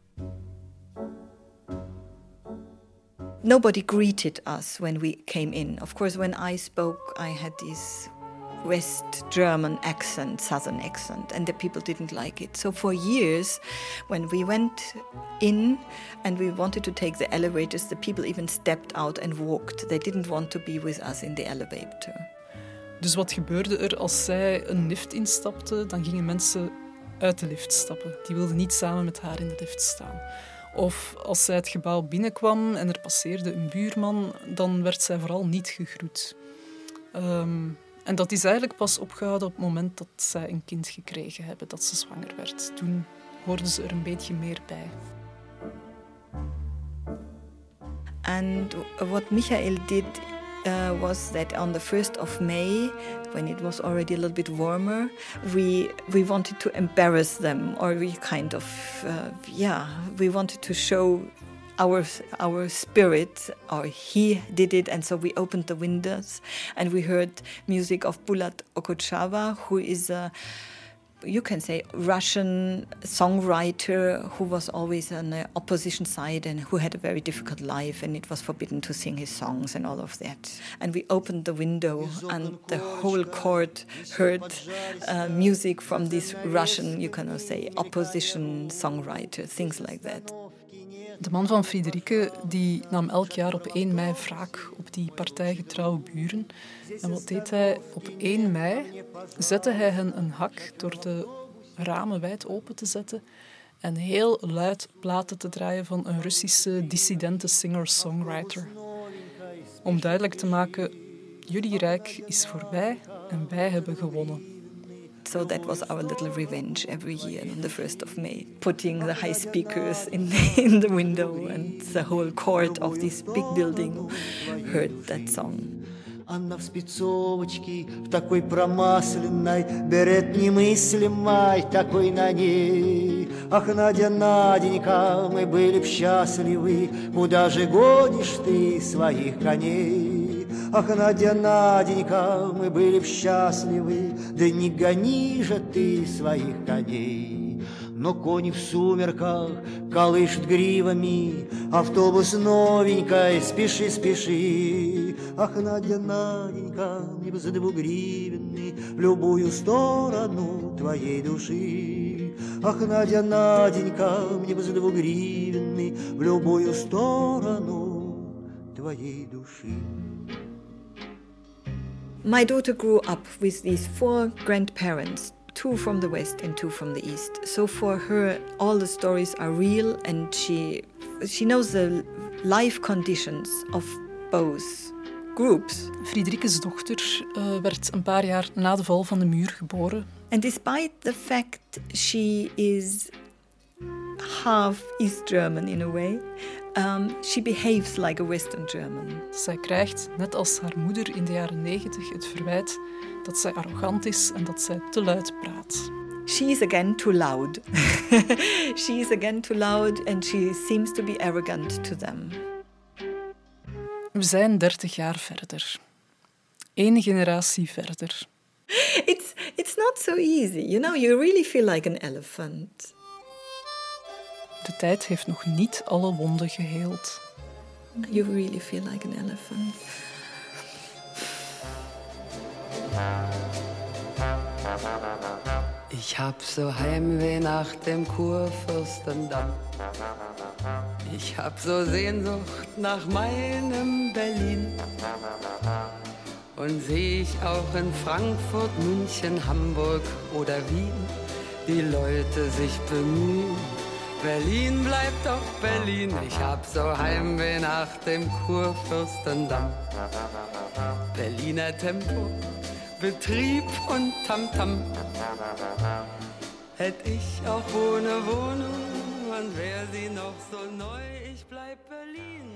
Nobody greeted us when we came in. Of course, when I spoke, I had this West German accent, Southern accent, and the people didn't like it. So for years, when we went in and we wanted to take the elevators, the people even stepped out and walked. They didn't want to be with us in the elevator. Dus wat gebeurde er als zij een lift instapte? Dan gingen mensen uit de lift stappen. Die wilden niet samen met haar in de lift staan. Of als zij het gebouw binnenkwam en er passeerde een buurman, dan werd zij vooral niet gegroet. En dat is eigenlijk pas opgehouden op het moment dat zij een kind gekregen hebben, dat ze zwanger werd. Toen hoorden ze er een beetje meer bij. And what Michael did was that on the 1st of May, when it was already a little bit warmer, we wanted to embarrass them, or we kind of, we wanted to show our spirit, or he did it, and so we opened the windows and we heard music of Bulat Okochava, who is a, you can say, Russian songwriter who was always on the opposition side and who had a very difficult life, and it was forbidden to sing his songs and all of that. And we opened the window and the whole court heard music from this Russian, you can say, opposition songwriter, things like that. De man van Friederike die nam elk jaar op 1 mei wraak op die partijgetrouwe buren. En wat deed hij? Op 1 mei zette hij hen een hak door de ramen wijd open te zetten en heel luid platen te draaien van een Russische dissidente singer-songwriter. Om duidelijk te maken, jullie rijk is voorbij en wij hebben gewonnen. So that was our little revenge every year on the 1st of May, putting the high speakers in the window, and the whole court of this big building heard that song. Она в спецовочке, в такой промасленной, берет немыслимой такой на ней. Ах, Надя, Наденька, мы были б счастливы, куда же гонишь ты своих коней? Ах, Надя, Наденька, мы были б счастливы, да не гони же ты своих коней. Но кони в сумерках колышут гривами, автобус новенький, спеши, спеши. Ах, Надя, Наденька, мне бы за 2 гривенны в любую сторону твоей души. Ах, Надя, Наденька, мне бы за 2 гривенны в любую сторону твоей души. My daughter grew up with these 4 grandparents, 2 from the West and 2 from the East. So for her, all the stories are real, and she knows the life conditions of both groups. Friederikes dochter werd een paar jaar na de val van de muur geboren. And despite the fact she is half East German in a way, she behaves like a Western German. Zij krijgt, net als haar moeder in de jaren 90, het verwijt dat zij arrogant is en dat zij te luid praat. she's again too loud. She's again too loud and she seems to be arrogant to them. We zijn 30 jaar verder. 1 generatie verder. It's not so easy. You know, you really feel like an elephant. De tijd heeft nog niet alle wonden geheeld. You really feel like an elephant. Ich hab so Heimweh nach dem Kurfürstendamm. Ich hab so Sehnsucht nach meinem Berlin. Und seh ich auch in Frankfurt, München, Hamburg oder Wien die Leute sich bemühen. Berlin bleibt doch Berlin. Ich hab so Heimweh nach dem Kurfürstendamm. Berliner Tempo, Betrieb und Tamtam. Hätt ich auch ohne Wohnung und wär sie noch so neu, ich bleib Berlin.